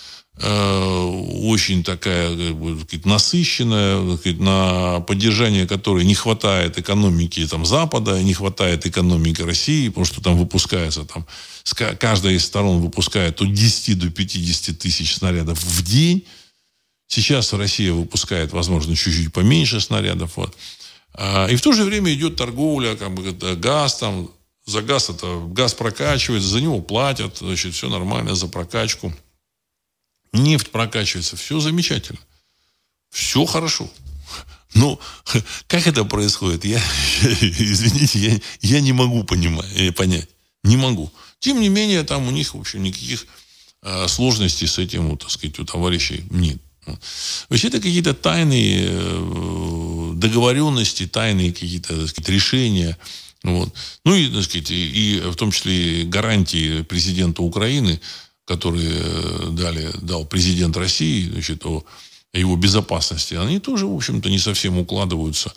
очень такая, как бы, насыщенная, так сказать, на поддержание которой не хватает экономики там, Запада, не хватает экономики России, потому что там выпускается, там, каждая из сторон выпускает от 10 до 50 тысяч снарядов в день. Сейчас Россия выпускает, возможно, чуть-чуть поменьше снарядов. Вот. И в то же время идет торговля, как бы, газ, там, за газ газ прокачивается, за него платят, значит, все нормально за прокачку. Нефть прокачивается, все замечательно. Все хорошо. Но как это происходит, извините, я не могу понять. Не могу. Тем не менее, там у них, в общем, никаких сложностей с этим, вот, так сказать, у товарищей нет. Вообще, это какие-то тайные договоренности, тайные какие-то, так сказать, решения. Вот. Ну и, так сказать, и в том числе гарантии президента Украины, которые дал президент России, значит, о его безопасности, они тоже, в общем-то, не совсем укладываются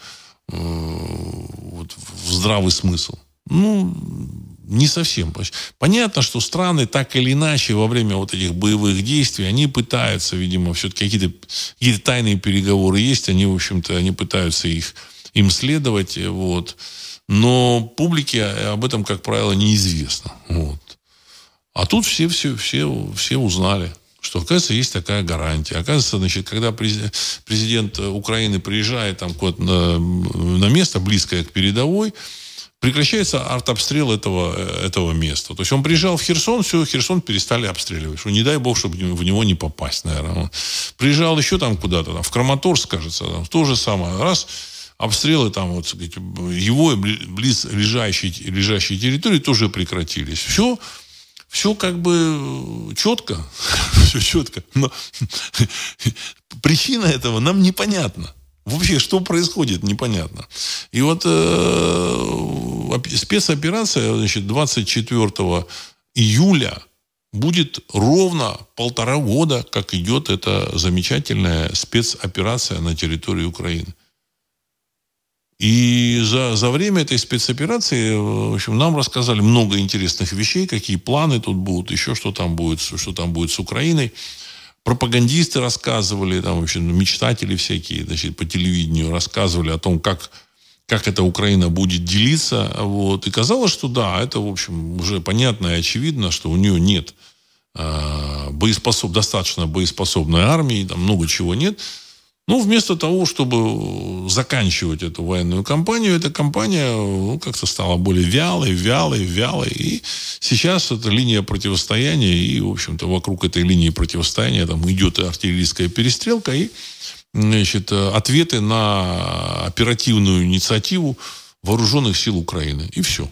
вот, в здравый смысл. Ну, не совсем. Понятно, что страны так или иначе во время вот этих боевых действий, они пытаются, видимо, все-таки какие-то тайные переговоры есть, они, в общем-то, они пытаются им следовать, вот. Но публике об этом, как правило, неизвестно. Вот. А тут все узнали, что, оказывается, есть такая гарантия. Оказывается, значит, когда президент Украины приезжает там на место, близкое к передовой, прекращается артобстрел этого места. То есть он приезжал в Херсон, все, Херсон перестали обстреливать. Что не дай бог, чтобы в него не попасть, наверное. Он приезжал еще там куда-то, там, в Краматорск, кажется, там, то же самое. Раз, обстрелы там, вот, сказать, его близ лежащей территории тоже прекратились. Все как бы четко. Все четко. Но причина этого нам непонятна. Вообще, что происходит, непонятно. И вот спецоперация, значит, 24 июля будет ровно 1,5 года, как идет эта замечательная спецоперация на территории Украины. И за время этой спецоперации, в общем, нам рассказали много интересных вещей, какие планы тут будут, еще что там будет с Украиной. Пропагандисты рассказывали, там, в общем, мечтатели всякие, значит, по телевидению рассказывали о том, как эта Украина будет делиться. Вот. И казалось, что да, это, в общем, уже понятно и очевидно, что у нее нет достаточно боеспособной армии, там много чего нет. Но вместо того, чтобы заканчивать эту военную кампанию, эта кампания как-то стала более вялой. И сейчас эта линия противостояния, и, в общем-то, вокруг этой линии противостояния там идет артиллерийская перестрелка, и, значит, ответы на оперативную инициативу вооруженных сил Украины. И все.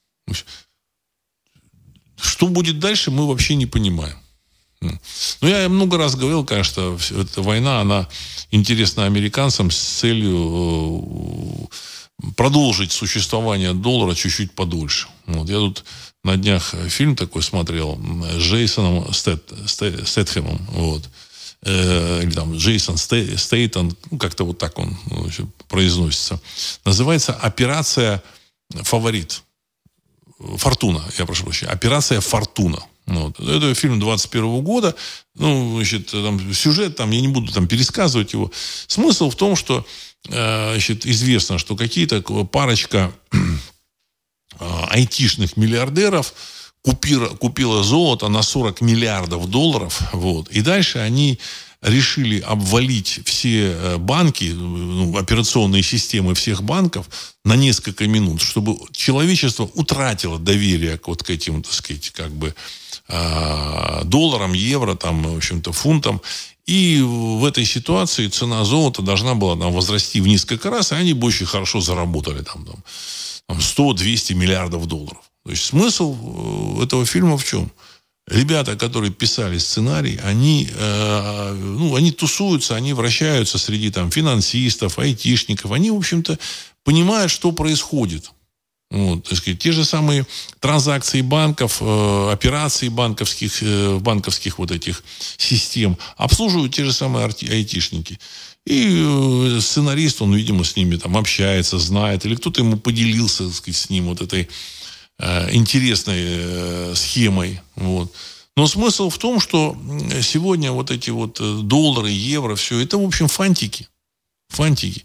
Что будет дальше, мы вообще не понимаем. Ну, я много раз говорил, конечно, эта война, она интересна американцам с целью продолжить существование доллара чуть-чуть подольше. Вот. Я тут на днях фильм такой смотрел с Джейсоном Стэтхэмом. Вот. Или там Джейсон Стейтон, как-то вот так он произносится. Называется «Операция Фаворит». Фортуна, я прошу прощения. «Операция Фортуна». Вот. Это фильм 21 года. Ну, значит, там, сюжет, там, я не буду там пересказывать его. Смысл в том, что значит, известно, что какие-то парочка айтишных миллиардеров купила золото на $40 миллиардов. Вот. И дальше они решили обвалить все банки, операционные системы всех банков на несколько минут, чтобы человечество утратило доверие вот к этим, так сказать, как бы долларам, евро, там, в общем-то, фунтам. И в этой ситуации цена золота должна была там возрасти в несколько раз, и они бы очень хорошо заработали там 100-200 миллиардов долларов. То есть смысл этого фильма в чем? Ребята, которые писали сценарий, они тусуются, они вращаются среди там финансистов, айтишников. Они, в общем-то, понимают, что происходит. Вот, так сказать, те же самые транзакции банков, операции банковских вот этих систем обслуживают те же самые айтишники. И сценарист, он, видимо, с ними там общается, знает, или кто-то ему поделился, так сказать, с ним вот этой интересной схемой. Вот. Но смысл в том, что сегодня вот эти вот доллары, евро, все это, в общем, фантики. Фантики.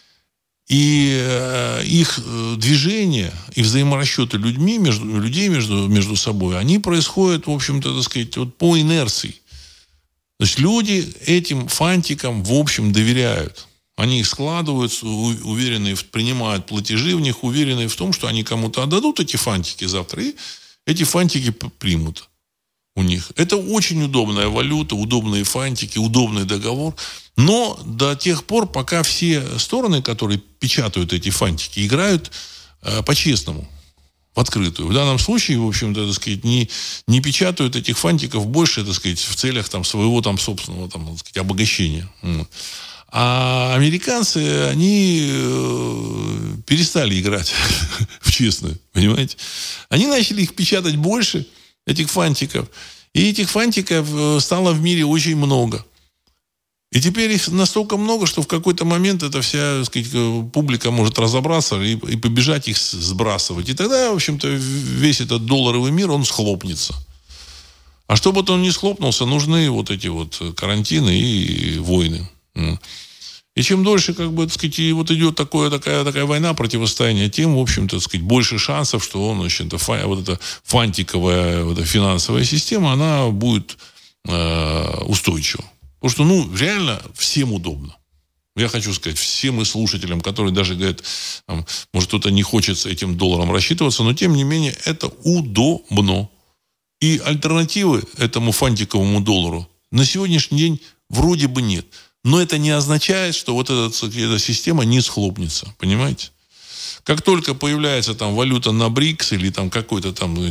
И их движение и взаиморасчеты людей между собой, они происходят, в общем-то, так сказать, вот по инерции. То есть люди этим фантикам, в общем, доверяют. Они их складывают, уверенные, принимают платежи в них, уверенные в том, что они кому-то отдадут эти фантики завтра, и эти фантики примут у них. Это очень удобная валюта, удобные фантики, удобный договор. Но до тех пор, пока все стороны, которые печатают эти фантики, играют по-честному, в открытую. В данном случае, в общем-то, так сказать, не печатают этих фантиков больше, так сказать, в целях там, своего там, собственного там, так сказать, обогащения. А американцы, они перестали играть в честную, понимаете? Они начали их печатать больше, этих фантиков. И этих фантиков стало в мире очень много. И теперь их настолько много, что в какой-то момент эта вся, так сказать, публика может разобраться и побежать их сбрасывать. И тогда, в общем-то, весь этот долларовый мир, он схлопнется. А чтобы он не схлопнулся, нужны вот эти вот карантины и войны. И чем дольше, как бы, так сказать, вот идет такая война, противостояние, тем, в общем-то, так сказать, больше шансов, что он, в общем-то, вот эта фантиковая вот эта финансовая система, она будет устойчива. Потому что, реально всем удобно. Я хочу сказать всем и слушателям, которые даже говорят, может, кто-то не хочет с этим долларом рассчитываться, но, тем не менее, это удобно. И альтернативы этому фантиковому доллару на сегодняшний день вроде бы нет. Но это не означает, что вот эта система не схлопнется. Понимаете? Как только появляется там валюта на БРИКС или там какой-то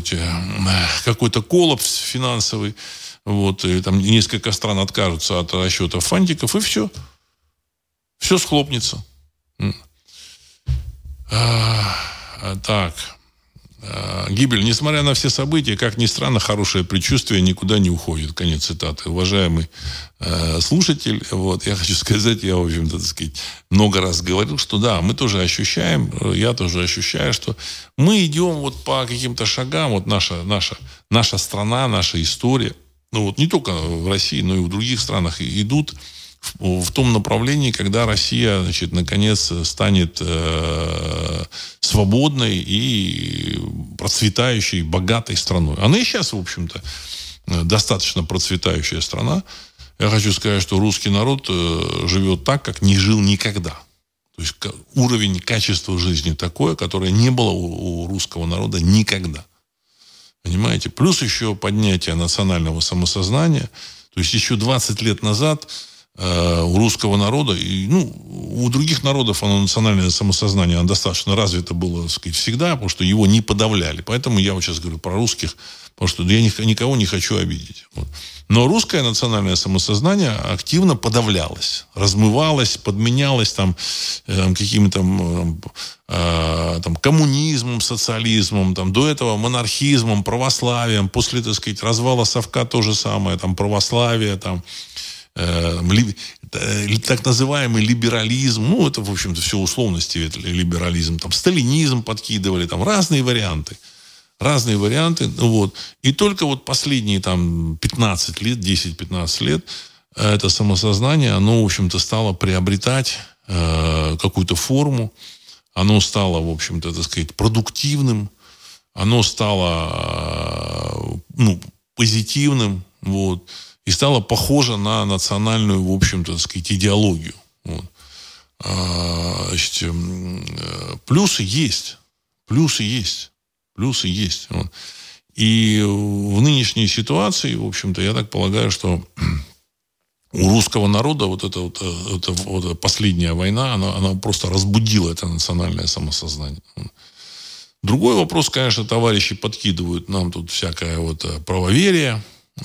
коллапс финансовый, вот, и там несколько стран откажутся от расчета фантиков, и все. Все схлопнется. Так. Гибель. Несмотря на все события, как ни странно, хорошее предчувствие никуда не уходит. Конец цитаты. Уважаемый слушатель, вот, я хочу сказать, я, в общем-то, так сказать, много раз говорил, что да, мы тоже ощущаем, я тоже ощущаю, что мы идем вот по каким-то шагам, вот наша страна, наша история, не только в России, но и в других странах идут в том направлении, когда Россия, значит, наконец станет свободной и процветающей, богатой страной. Она и сейчас, в общем-то, достаточно процветающая страна. Я хочу сказать, что русский народ живет так, как не жил никогда. То есть уровень качества жизни такое, которое не было у русского народа никогда. Понимаете? Плюс еще поднятие национального самосознания. То есть еще 20 лет назад у русского народа, и, у других народов национальное самосознание оно достаточно развито было, так сказать, всегда, потому что его не подавляли. Поэтому я вот сейчас говорю про русских, потому что я никого не хочу обидеть. Вот. Но русское национальное самосознание активно подавлялось, размывалось, подменялось каким-то коммунизмом, социализмом, до этого монархизмом, православием, после, так сказать, развала Совка то же самое, православие, так называемый либерализм, это, в общем-то, все условности, это либерализм, сталинизм подкидывали, разные варианты. Вот. И только вот последние 15 лет, 10-15 лет, это самосознание, оно, в общем-то, стало приобретать какую-то форму, оно стало, в общем-то, так сказать, продуктивным, оно стало, позитивным, вот. и стала похожа на национальную, в общем-то, так сказать, идеологию. Вот. Значит, плюсы есть. Плюсы есть. Плюсы есть. Вот. И в нынешней ситуации, в общем-то, я так полагаю, что у русского народа вот эта последняя война, она просто разбудила это национальное самосознание. Другой вопрос, конечно, товарищи подкидывают нам тут всякое вот правоверие,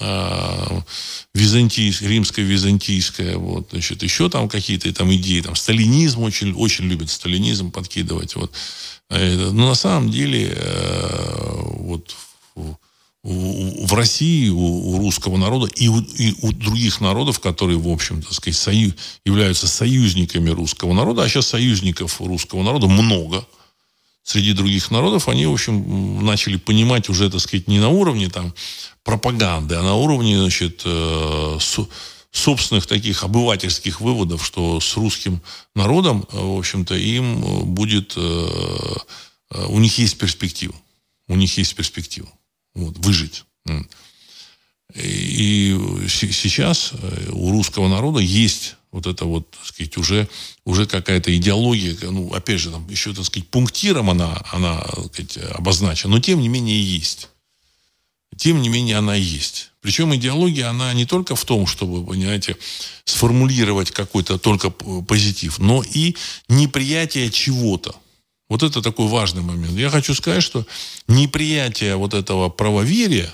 римско-византийское, вот, значит, еще там какие-то там идеи, там сталинизм, очень, очень любят сталинизм подкидывать. Вот. Но на самом деле вот в России у русского народа и у других народов, которые, в общем-то, так сказать, являются союзниками русского народа, а сейчас союзников русского народа много, среди других народов, они, в общем, начали понимать уже, так сказать, не на уровне там пропаганды, а на уровне, значит, собственных таких обывательских выводов, что с русским народом, в общем-то, им будет... У них есть перспектива. У них есть перспектива. Вот, выжить. И сейчас у русского народа есть вот это вот, так сказать, уже какая-то идеология, ну, опять же, там еще, так сказать, пунктиром она так сказать, обозначена, но тем не менее есть. Тем не менее она есть. Причем идеология, она не только в том, чтобы, понимаете, сформулировать какой-то только позитив, но и неприятие чего-то. Вот это такой важный момент. Я хочу сказать, что неприятие вот этого правоверия,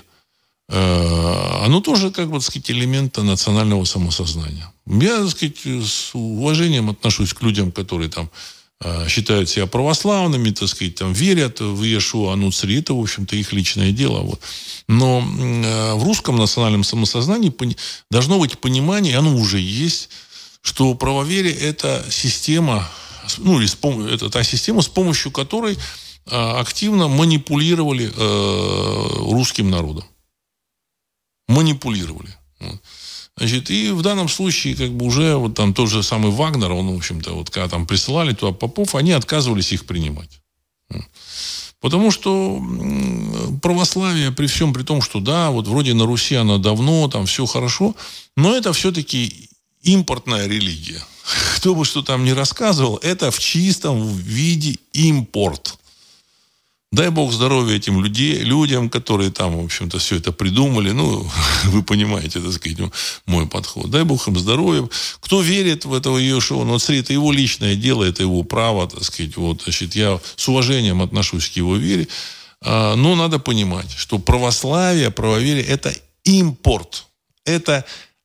оно тоже, как бы, так сказать, элемент национального самосознания. Я, так сказать, с уважением отношусь к людям, которые там считают себя православными, так сказать, там верят в Иешуа Нуцри. Это, в общем-то, их личное дело. Вот. Но в русском национальном самосознании должно быть понимание, и оно уже есть, что правоверие – это система, ну, или это та система, с помощью которой активно манипулировали русским народом. Манипулировали. Значит, и в данном случае, как бы, уже вот там тот же самый Вагнер, он, в общем-то, вот когда там присылали туда попов, они отказывались их принимать. Потому что православие, при всем при том, что да, вот вроде на Руси оно давно, там все хорошо, но это все-таки импортная религия. Кто бы что там ни рассказывал, это в чистом виде импорт. Дай Бог здоровья этим людям, которые там, в общем-то, все это придумали. Ну, вы понимаете, так сказать, мой подход. Дай Бог им здоровья. Кто верит в этого Иешуа Нуцри, это его личное дело, это его право, так сказать. Вот, значит, я с уважением отношусь к его вере. Но надо понимать, что православие, правоверие – это импорт. Это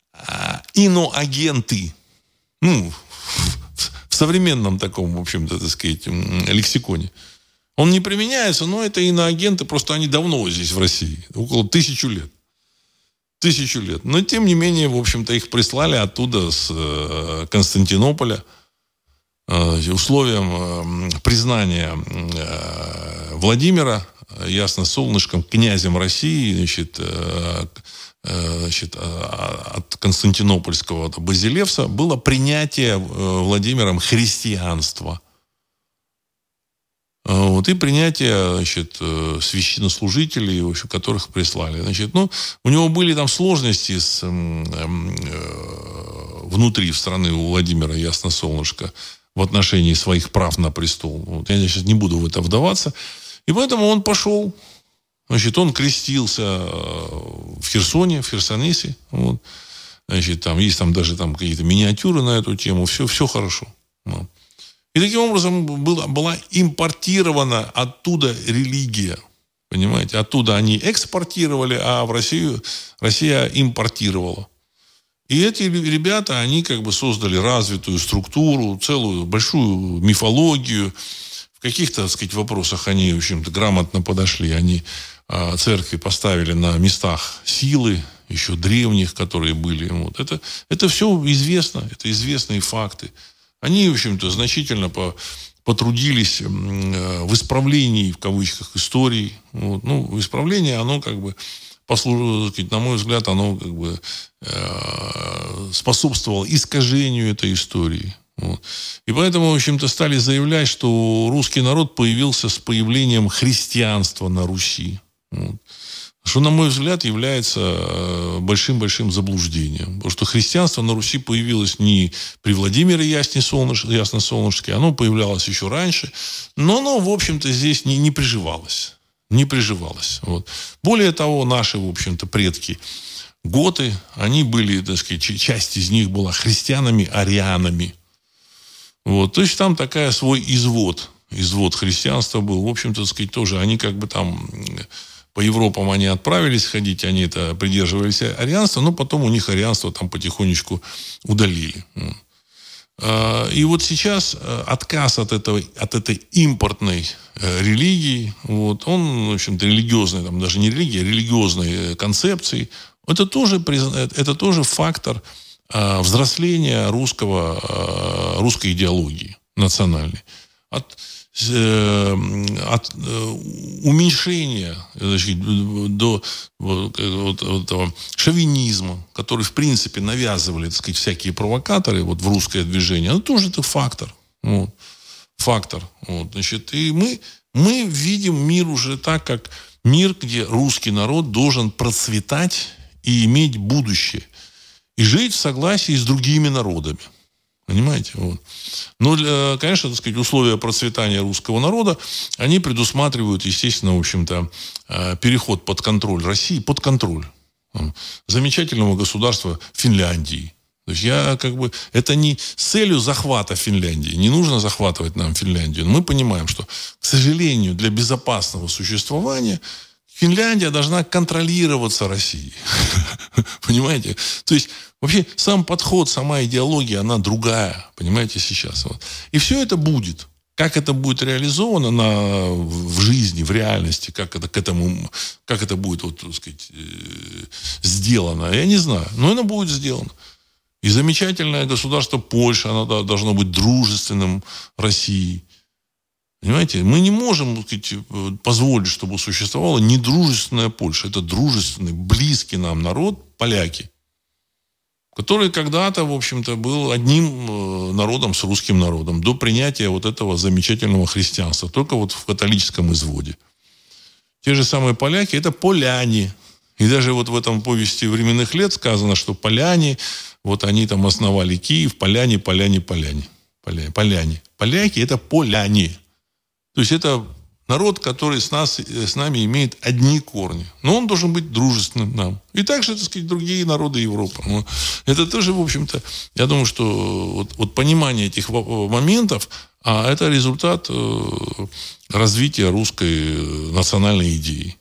иноагенты. Ну, в современном таком, в общем-то, так сказать, лексиконе. Он не применяется, но это иноагенты, просто они давно здесь, в России. Около 1000 лет. 1000 лет. Но, тем не менее, в общем-то, их прислали оттуда, с Константинополя, условием признания Владимира, ясно, солнышком, князем России, значит, от Константинопольского Базилевса было принятие Владимиром христианства. Вот, и принятие, значит, священнослужителей, в общем, которых прислали. Значит, ну, у него были там сложности внутри в страны у Владимира, ясно, солнышко, в отношении своих прав на престол. Вот, я сейчас не буду в это вдаваться. И поэтому он пошел, значит, он крестился в Херсоне, в Херсонесе. Вот. Значит, там есть там даже там какие-то миниатюры на эту тему. Все хорошо. Вот. И таким образом была импортирована оттуда религия. Понимаете? Оттуда они экспортировали, а в Россию Россия импортировала. И эти ребята, они как бы создали развитую структуру, целую большую мифологию. В каких-то, так сказать, вопросах они, в общем-то, грамотно подошли. Они церкви поставили на местах силы, еще древних, которые были. Вот. Это все известно, это известные факты. Они, в общем-то, значительно потрудились в исправлении, в кавычках, истории. Вот. Ну, исправление, оно как бы послужило, на мой взгляд, оно как бы способствовало искажению этой истории. Вот. И поэтому, в общем-то, стали заявлять, что русский народ появился с появлением христианства на Руси. Вот. Что, на мой взгляд, является большим-большим заблуждением. Потому что христианство на Руси появилось не при Владимире Ясносолнышке, оно появлялось еще раньше, но оно, в общем-то, здесь не приживалось. Не приживалось. Вот. Более того, наши, в общем-то, предки готы, они были, так сказать, часть из них была христианами-арианами. Вот. То есть там такая свой извод христианства был. В общем-то, так сказать, тоже они как бы там по Европам они отправились ходить, они это придерживались арианства, но потом у них арианство там потихонечку удалили. И вот сейчас отказ от этой импортной религии, вот, он, в общем-то, религиозной, там даже не религия, а религиозной концепции, это тоже фактор взросления русской идеологии национальной. От уменьшения, значит, до этого шовинизма, который, в принципе, навязывали, так сказать, всякие провокаторы вот, в русское движение, тоже это фактор. Вот, фактор. Вот, значит, и мы видим мир уже так, как мир, где русский народ должен процветать и иметь будущее. И жить в согласии с другими народами. Понимаете? Вот. Но, конечно, так сказать, условия процветания русского народа, они предусматривают, естественно, в общем-то, переход под контроль России, под контроль замечательного государства Финляндии. То есть это не с целью захвата Финляндии. Не нужно захватывать нам Финляндию. Но мы понимаем, что, к сожалению, для безопасного существования Финляндия должна контролироваться Россией. Понимаете? То есть, вообще, сам подход, сама идеология, она другая. Понимаете, сейчас. Вот. И все это будет. Как это будет реализовано в жизни, в реальности, как это будет, вот, так сказать, сделано, я не знаю. Но это будет сделано. И замечательное государство Польша, оно должно быть дружественным России. Понимаете, мы не можем, так сказать, позволить, чтобы существовала недружественная Польша. Это дружественный, близкий нам народ, поляки, который когда-то, в общем-то, был одним народом с русским народом до принятия вот этого замечательного христианства, только вот в католическом изводе. Те же самые поляки – это поляне. И даже вот в этом повести временных лет сказано, что поляне, вот они там основали Киев, поляне. Поляки – это поляне. То есть это народ, который с нами имеет одни корни. Но он должен быть дружественным нам. И также, так сказать, другие народы Европы. Но это тоже, в общем-то, я думаю, что вот понимание этих моментов, а это результат развития русской национальной идеи.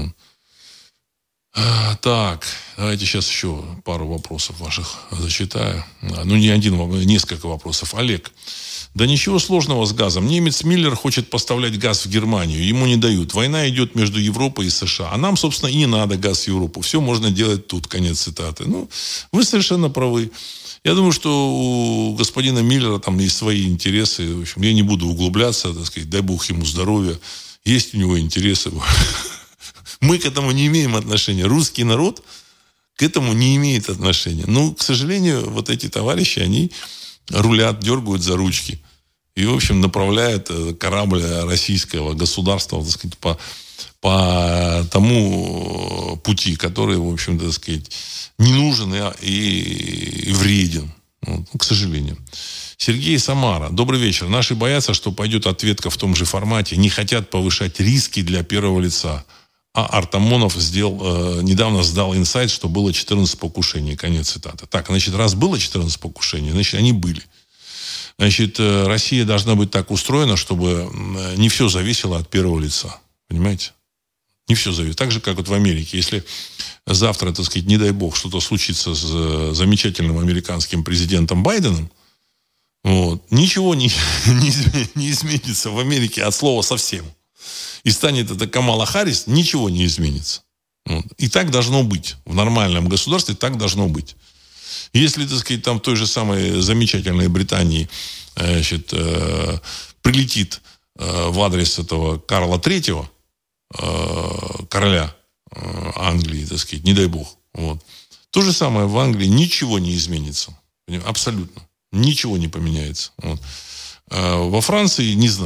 Так, давайте сейчас еще пару вопросов ваших зачитаю. Не один, несколько вопросов. Олег. Да ничего сложного с газом. Немец Миллер хочет поставлять газ в Германию. Ему не дают. Война идет между Европой и США. А нам, собственно, и не надо газ в Европу. Все можно делать тут. Конец цитаты. Вы совершенно правы. Я думаю, что у господина Миллера там есть свои интересы. В общем, я не буду углубляться, так сказать, дай бог ему здоровья. Есть у него интересы. Мы к этому не имеем отношения. Русский народ к этому не имеет отношения. Но, к сожалению, вот эти товарищи, они рулят, дергают за ручки. И, в общем, направляют корабль российского государства, так сказать, по тому пути, который, в общем, так сказать, не нужен и вреден. К сожалению. Сергей Самара. Добрый вечер. Наши боятся, что пойдет ответка в том же формате. Не хотят повышать риски для первого лица. А Артамонов недавно сдал инсайт, что было 14 покушений. Конец цитаты. Так, значит, раз было 14 покушений, значит, они были. Значит, Россия должна быть так устроена, чтобы не все зависело от первого лица. Понимаете? Не все зависит. Так же, как вот в Америке. Если завтра, так сказать, не дай бог, что-то случится с замечательным американским президентом Байденом, ничего не изменится в Америке от слова совсем. И станет это Камала Харрис, ничего не изменится. И так должно быть. В нормальном государстве так должно быть. Если, так сказать, там в той же самой замечательной Британии, значит, прилетит в адрес этого Карла III, короля Англии, так сказать, не дай бог. То же самое в Англии ничего не изменится. Абсолютно. Ничего не поменяется. Во Франции не знаю.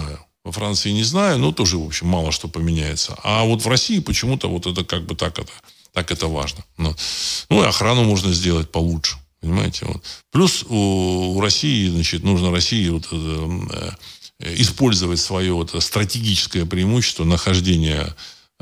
Во Франции не знаю, но тоже, в общем, мало что поменяется. А вот в России почему-то вот это как бы так это важно. Ну, и охрану можно сделать получше. Понимаете? Вот. Плюс у России, значит, нужно России вот, использовать свое вот стратегическое преимущество нахождения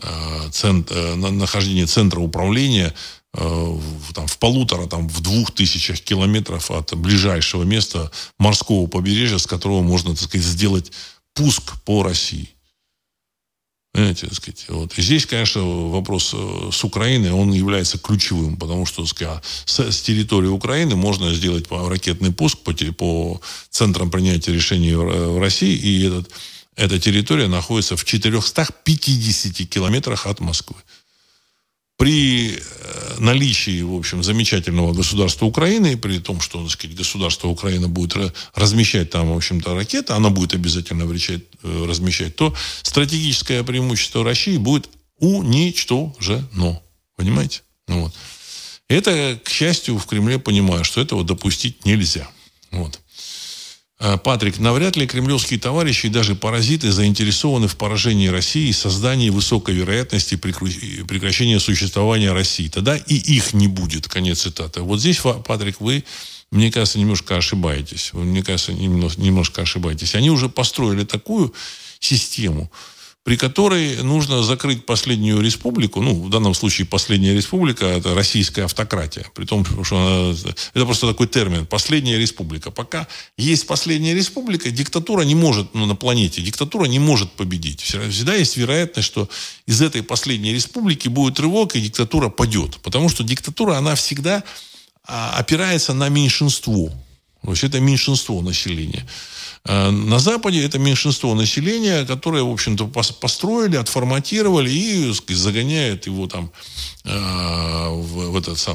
центра управления в 1,5, в 2000 километров от ближайшего места морского побережья, с которого можно, так сказать, сделать пуск по России. Понимаете, так сказать, вот. И здесь, конечно, вопрос с Украиной, он является ключевым, потому что, так сказать, с территории Украины можно сделать ракетный пуск по центрам принятия решений в России, и эта территория находится в 450 километрах от Москвы. При наличии, в общем, замечательного государства Украины, при том, что, так сказать, государство Украина будет размещать там, в общем-то, ракеты, она будет обязательно размещать, то стратегическое преимущество России будет уничтожено. Понимаете? Вот. Это, к счастью, в Кремле понимают, что этого допустить нельзя. Вот. Патрик, навряд ли кремлевские товарищи и даже паразиты заинтересованы в поражении России и создании высокой вероятности прекращения существования России. Тогда и их не будет. Конец цитаты. Вот здесь, Патрик, вы, мне кажется, немножко ошибаетесь. Немножко ошибаетесь. Они уже построили такую систему, при которой нужно закрыть последнюю республику. Ну, в данном случае последняя республика – это российская автократия. При том, что это просто такой термин – последняя республика. Пока есть последняя республика, диктатура не может, на планете, диктатура не может победить. Всегда есть вероятность, что из этой последней республики будет рывок, и диктатура падет. Потому что диктатура, она всегда опирается на меньшинство. То есть это меньшинство населения. На Западе это меньшинство населения, которое, в общем-то, построили, отформатировали и, сказать, загоняют его там в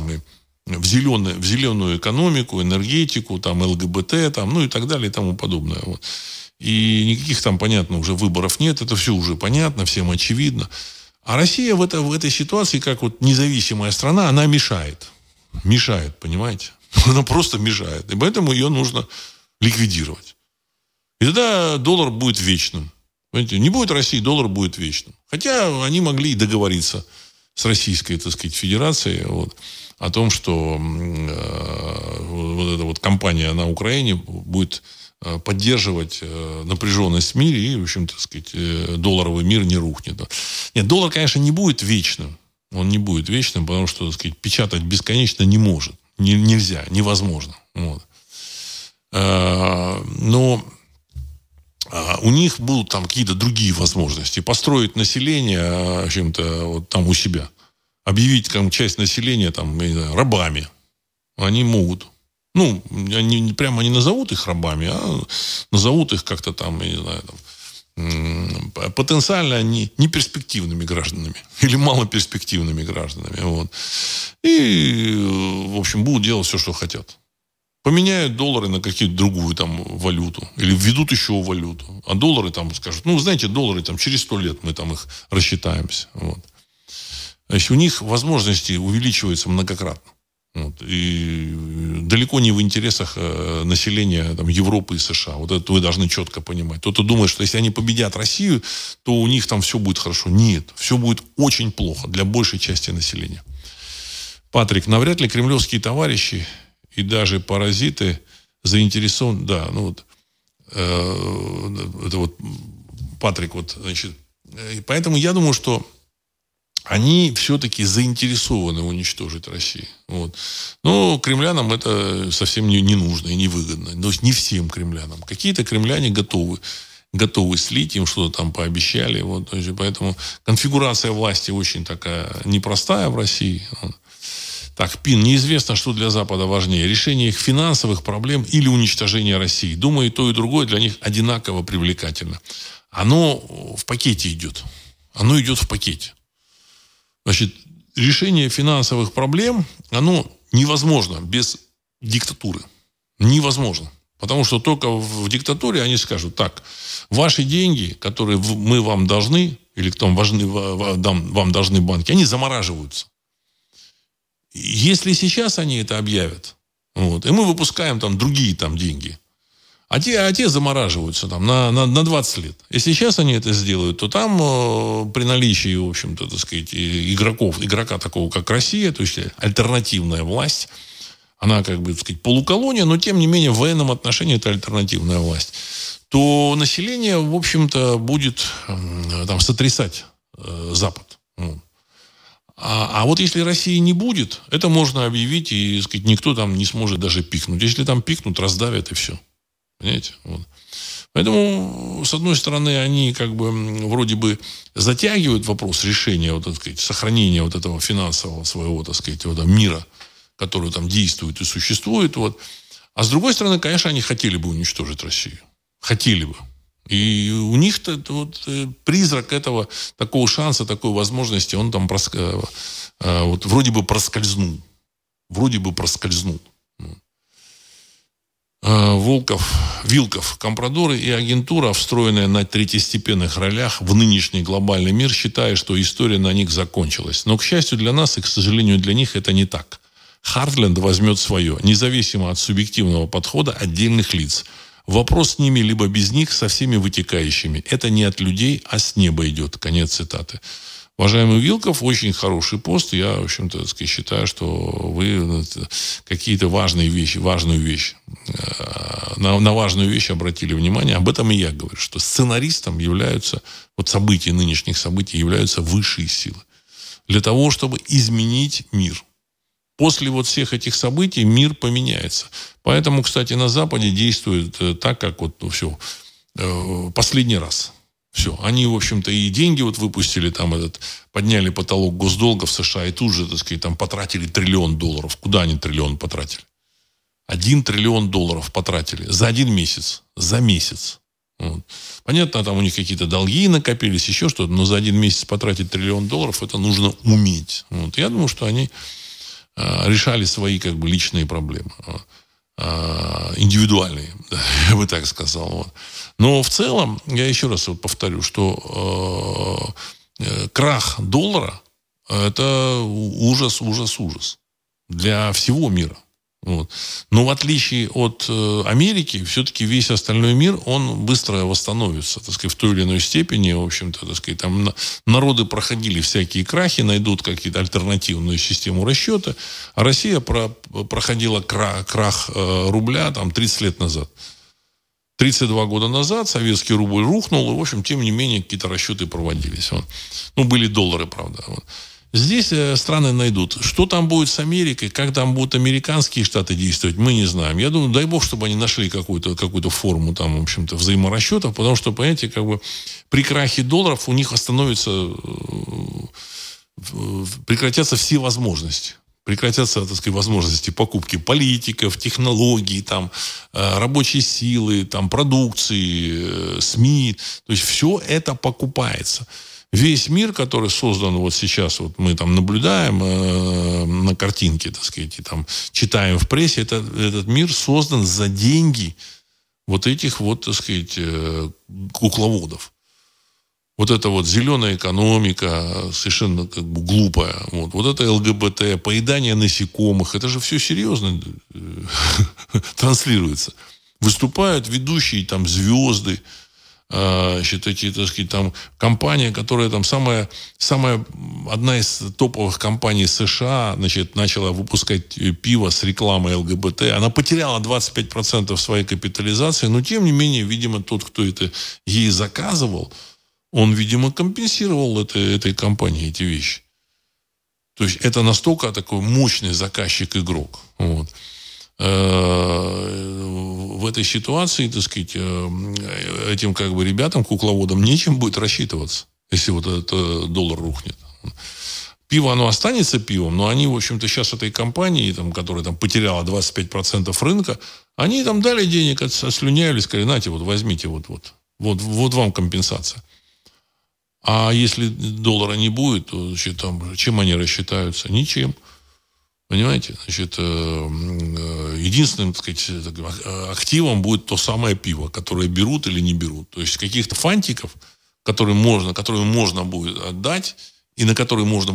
зеленую экономику, энергетику, там, ЛГБТ, там, ну и так далее и тому подобное. Вот. И никаких там, понятно, уже выборов нет, это все уже понятно, всем очевидно. А Россия в этой ситуации, как вот независимая страна, она мешает. Мешает, понимаете? Она просто мешает. И поэтому ее нужно ликвидировать. И тогда доллар будет вечным. Понимаете? Не будет России, доллар будет вечным. Хотя они могли и договориться с Российской, так сказать, Федерацией вот, о том, что вот эта вот компания на Украине будет поддерживать напряженность в мире и, в общем, так сказать, долларовый мир не рухнет. Нет, доллар, конечно, не будет вечным. Он не будет вечным, потому что, так сказать, печатать бесконечно не может. Нельзя, невозможно. Вот. Но у них будут там какие-то другие возможности. Построить население чем-то вот там у себя. Объявить часть населения там, не знаю, рабами. Они могут. Ну, они прямо не назовут их рабами, а назовут их как-то там, я не знаю, там, потенциально неперспективными гражданами. Или малоперспективными гражданами. Вот. И, в общем, будут делать все, что хотят. Поменяют доллары на какую-то другую там валюту. Или введут еще валюту. А доллары там скажут, ну, знаете, доллары там через 100 лет мы там их рассчитаемся. Вот. Значит, у них возможности увеличиваются многократно. Вот. И далеко не в интересах населения там, Европы и США. Вот это вы должны четко понимать. Кто-то думает, что если они победят Россию, то у них там все будет хорошо. Нет, все будет очень плохо для большей части населения. Патрик, навряд ли кремлевские товарищи и даже паразиты заинтересованы... Да, ну вот... это вот Патрик, вот, значит... Поэтому я думаю, что они все-таки заинтересованы уничтожить Россию. Вот. Но кремлянам это совсем не нужно и не выгодно. То есть не всем кремлянам. Какие-то кремляне готовы слить, им что-то там пообещали. Вот. Поэтому конфигурация власти очень такая непростая в России. Так, Пин, неизвестно, что для Запада важнее. Решение их финансовых проблем или уничтожение России. Думаю, и то, и другое для них одинаково привлекательно. Оно в пакете идет. Оно идет в пакете. Значит, решение финансовых проблем, оно невозможно без диктатуры. Невозможно. Потому что только в диктатуре они скажут, так, ваши деньги, которые мы вам должны, или кто вам должны банки, они замораживаются. Если сейчас они это объявят, вот, и мы выпускаем там другие там деньги, А те замораживаются там на 20 лет. Если сейчас они это сделают, то там при наличии, в общем-то, так сказать, игрока такого, как Россия, то есть альтернативная власть, она, как бы, так сказать, полуколония, но, тем не менее, в военном отношении это альтернативная власть, то население, в общем-то, будет там сотрясать Запад. А вот если России не будет, это можно объявить, и, так сказать, никто там не сможет даже пикнуть. Если там пикнут, раздавят, и все. Понимаете? Вот. Поэтому, с одной стороны, они как бы вроде бы затягивают вопрос решения, вот, так сказать, сохранения вот этого финансового своего, так сказать, вот, мира, который там действует и существует. Вот. А с другой стороны, конечно, они хотели бы уничтожить Россию. Хотели бы. И у них вот, призрак этого, такого шанса, такой возможности, он там вот, вроде бы проскользнул. Вилков, компрадоры и агентура, встроенная на третьестепенных ролях в нынешний глобальный мир, считая, что история на них закончилась. Но, к счастью для нас и, к сожалению, для них это не так. Хартленд возьмет свое, независимо от субъективного подхода отдельных лиц. Вопрос с ними, либо без них, со всеми вытекающими. Это не от людей, а с неба идет. Конец цитаты. Уважаемый Вилков, очень хороший пост. Я, в общем-то, так сказать, считаю, что вы какие-то важную вещь, на важную вещь обратили внимание. Об этом и я говорю, что сценаристом являются, вот нынешних событий являются высшие силы. Для того, чтобы изменить мир. После вот всех этих событий мир поменяется. Поэтому, кстати, на Западе действует так, как вот последний раз. Все. Они, в общем-то, и деньги вот выпустили, там подняли потолок госдолга в США, и тут же, так сказать, там потратили $1 триллион. Куда они $1 триллион потратили? $1 триллион потратили за 1 месяц. За месяц. Вот. Понятно, там у них какие-то долги накопились, еще что-то, но за 1 месяц потратить $1 триллион, это нужно уметь. Вот. Я думаю, что они решали свои как бы личные проблемы. Индивидуальные, я бы так сказал. Вот. Но в целом, я еще раз вот повторю, что крах доллара – это ужас для всего мира. Вот. Но в отличие от Америки, все-таки весь остальной мир, он быстро восстановится, так сказать, в той или иной степени. В общем-то, так сказать, там народы проходили всякие крахи, найдут какие-то альтернативную систему расчета. А Россия проходила крах рубля там 30 лет назад. 32 года назад советский рубль рухнул, и, в общем, тем не менее, какие-то расчеты проводились. Вот. Были доллары, правда. Вот. Здесь страны найдут. Что там будет с Америкой, как там будут американские штаты действовать, мы не знаем. Я думаю, дай бог, чтобы они нашли какую-то форму там, в общем-то, взаиморасчетов, потому что, понимаете, как бы при крахе долларов у них прекратятся все возможности. Прекратятся, так сказать, возможности покупки политиков, технологий, там, рабочей силы, там, продукции, СМИ. То есть все это покупается. Весь мир, который создан вот сейчас, вот мы там наблюдаем на картинке, так сказать, и там читаем в прессе, этот мир создан за деньги вот этих вот, так сказать, кукловодов. Вот эта вот зеленая экономика, совершенно как бы глупая. Вот это ЛГБТ, поедание насекомых, это же все серьезно транслируется. Выступают ведущие там звезды, эти, так сказать, там компания, которая там одна из топовых компаний США, значит, начала выпускать пиво с рекламой ЛГБТ. Она потеряла 25% своей капитализации, но тем не менее, видимо, тот, кто это ей заказывал, он, видимо, компенсировал этой компании эти вещи. То есть это настолько такой мощный заказчик-игрок. Вот. В этой ситуации, так сказать, этим как бы ребятам, кукловодам, нечем будет рассчитываться, если вот этот доллар рухнет. Пиво, оно останется пивом, но они, в общем-то, сейчас этой компании, там, которая там потеряла 25% рынка, они там дали денег, отслюнявили, сказали, знаете, вот возьмите, вот вам компенсация. А если доллара не будет, то, значит, там, чем они рассчитаются? Ничем. Понимаете? Значит, единственным, так сказать, активом будет то самое пиво, которое берут или не берут. То есть каких-то фантиков, которые можно будет отдать, и на которые можно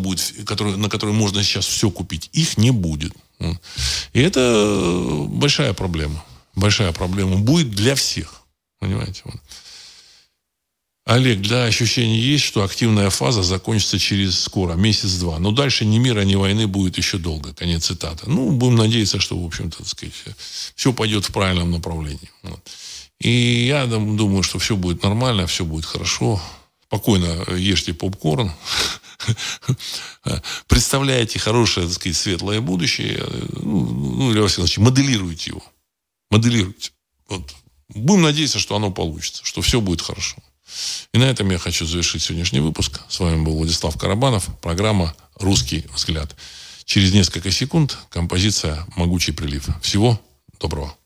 сейчас все купить, их не будет. И это большая проблема. большая проблема будет для всех. Понимаете? Вот. Олег, да, ощущение есть, что активная фаза закончится через скоро, месяц-два. Но дальше ни мира, ни войны будет еще долго. Конец цитаты. Ну, будем надеяться, что, в общем-то, так сказать, все пойдет в правильном направлении. Вот. И я думаю, что все будет нормально, все будет хорошо. Спокойно ешьте попкорн. Представляете хорошее, так сказать, светлое будущее. Ну, Лев Васильевич, моделируйте его. Моделируйте. Вот. Будем надеяться, что оно получится, что все будет хорошо. И на этом я хочу завершить сегодняшний выпуск. С вами был Владислав Карабанов. Программа «Русский взгляд». Через несколько секунд композиция «Могучий прилив». Всего доброго.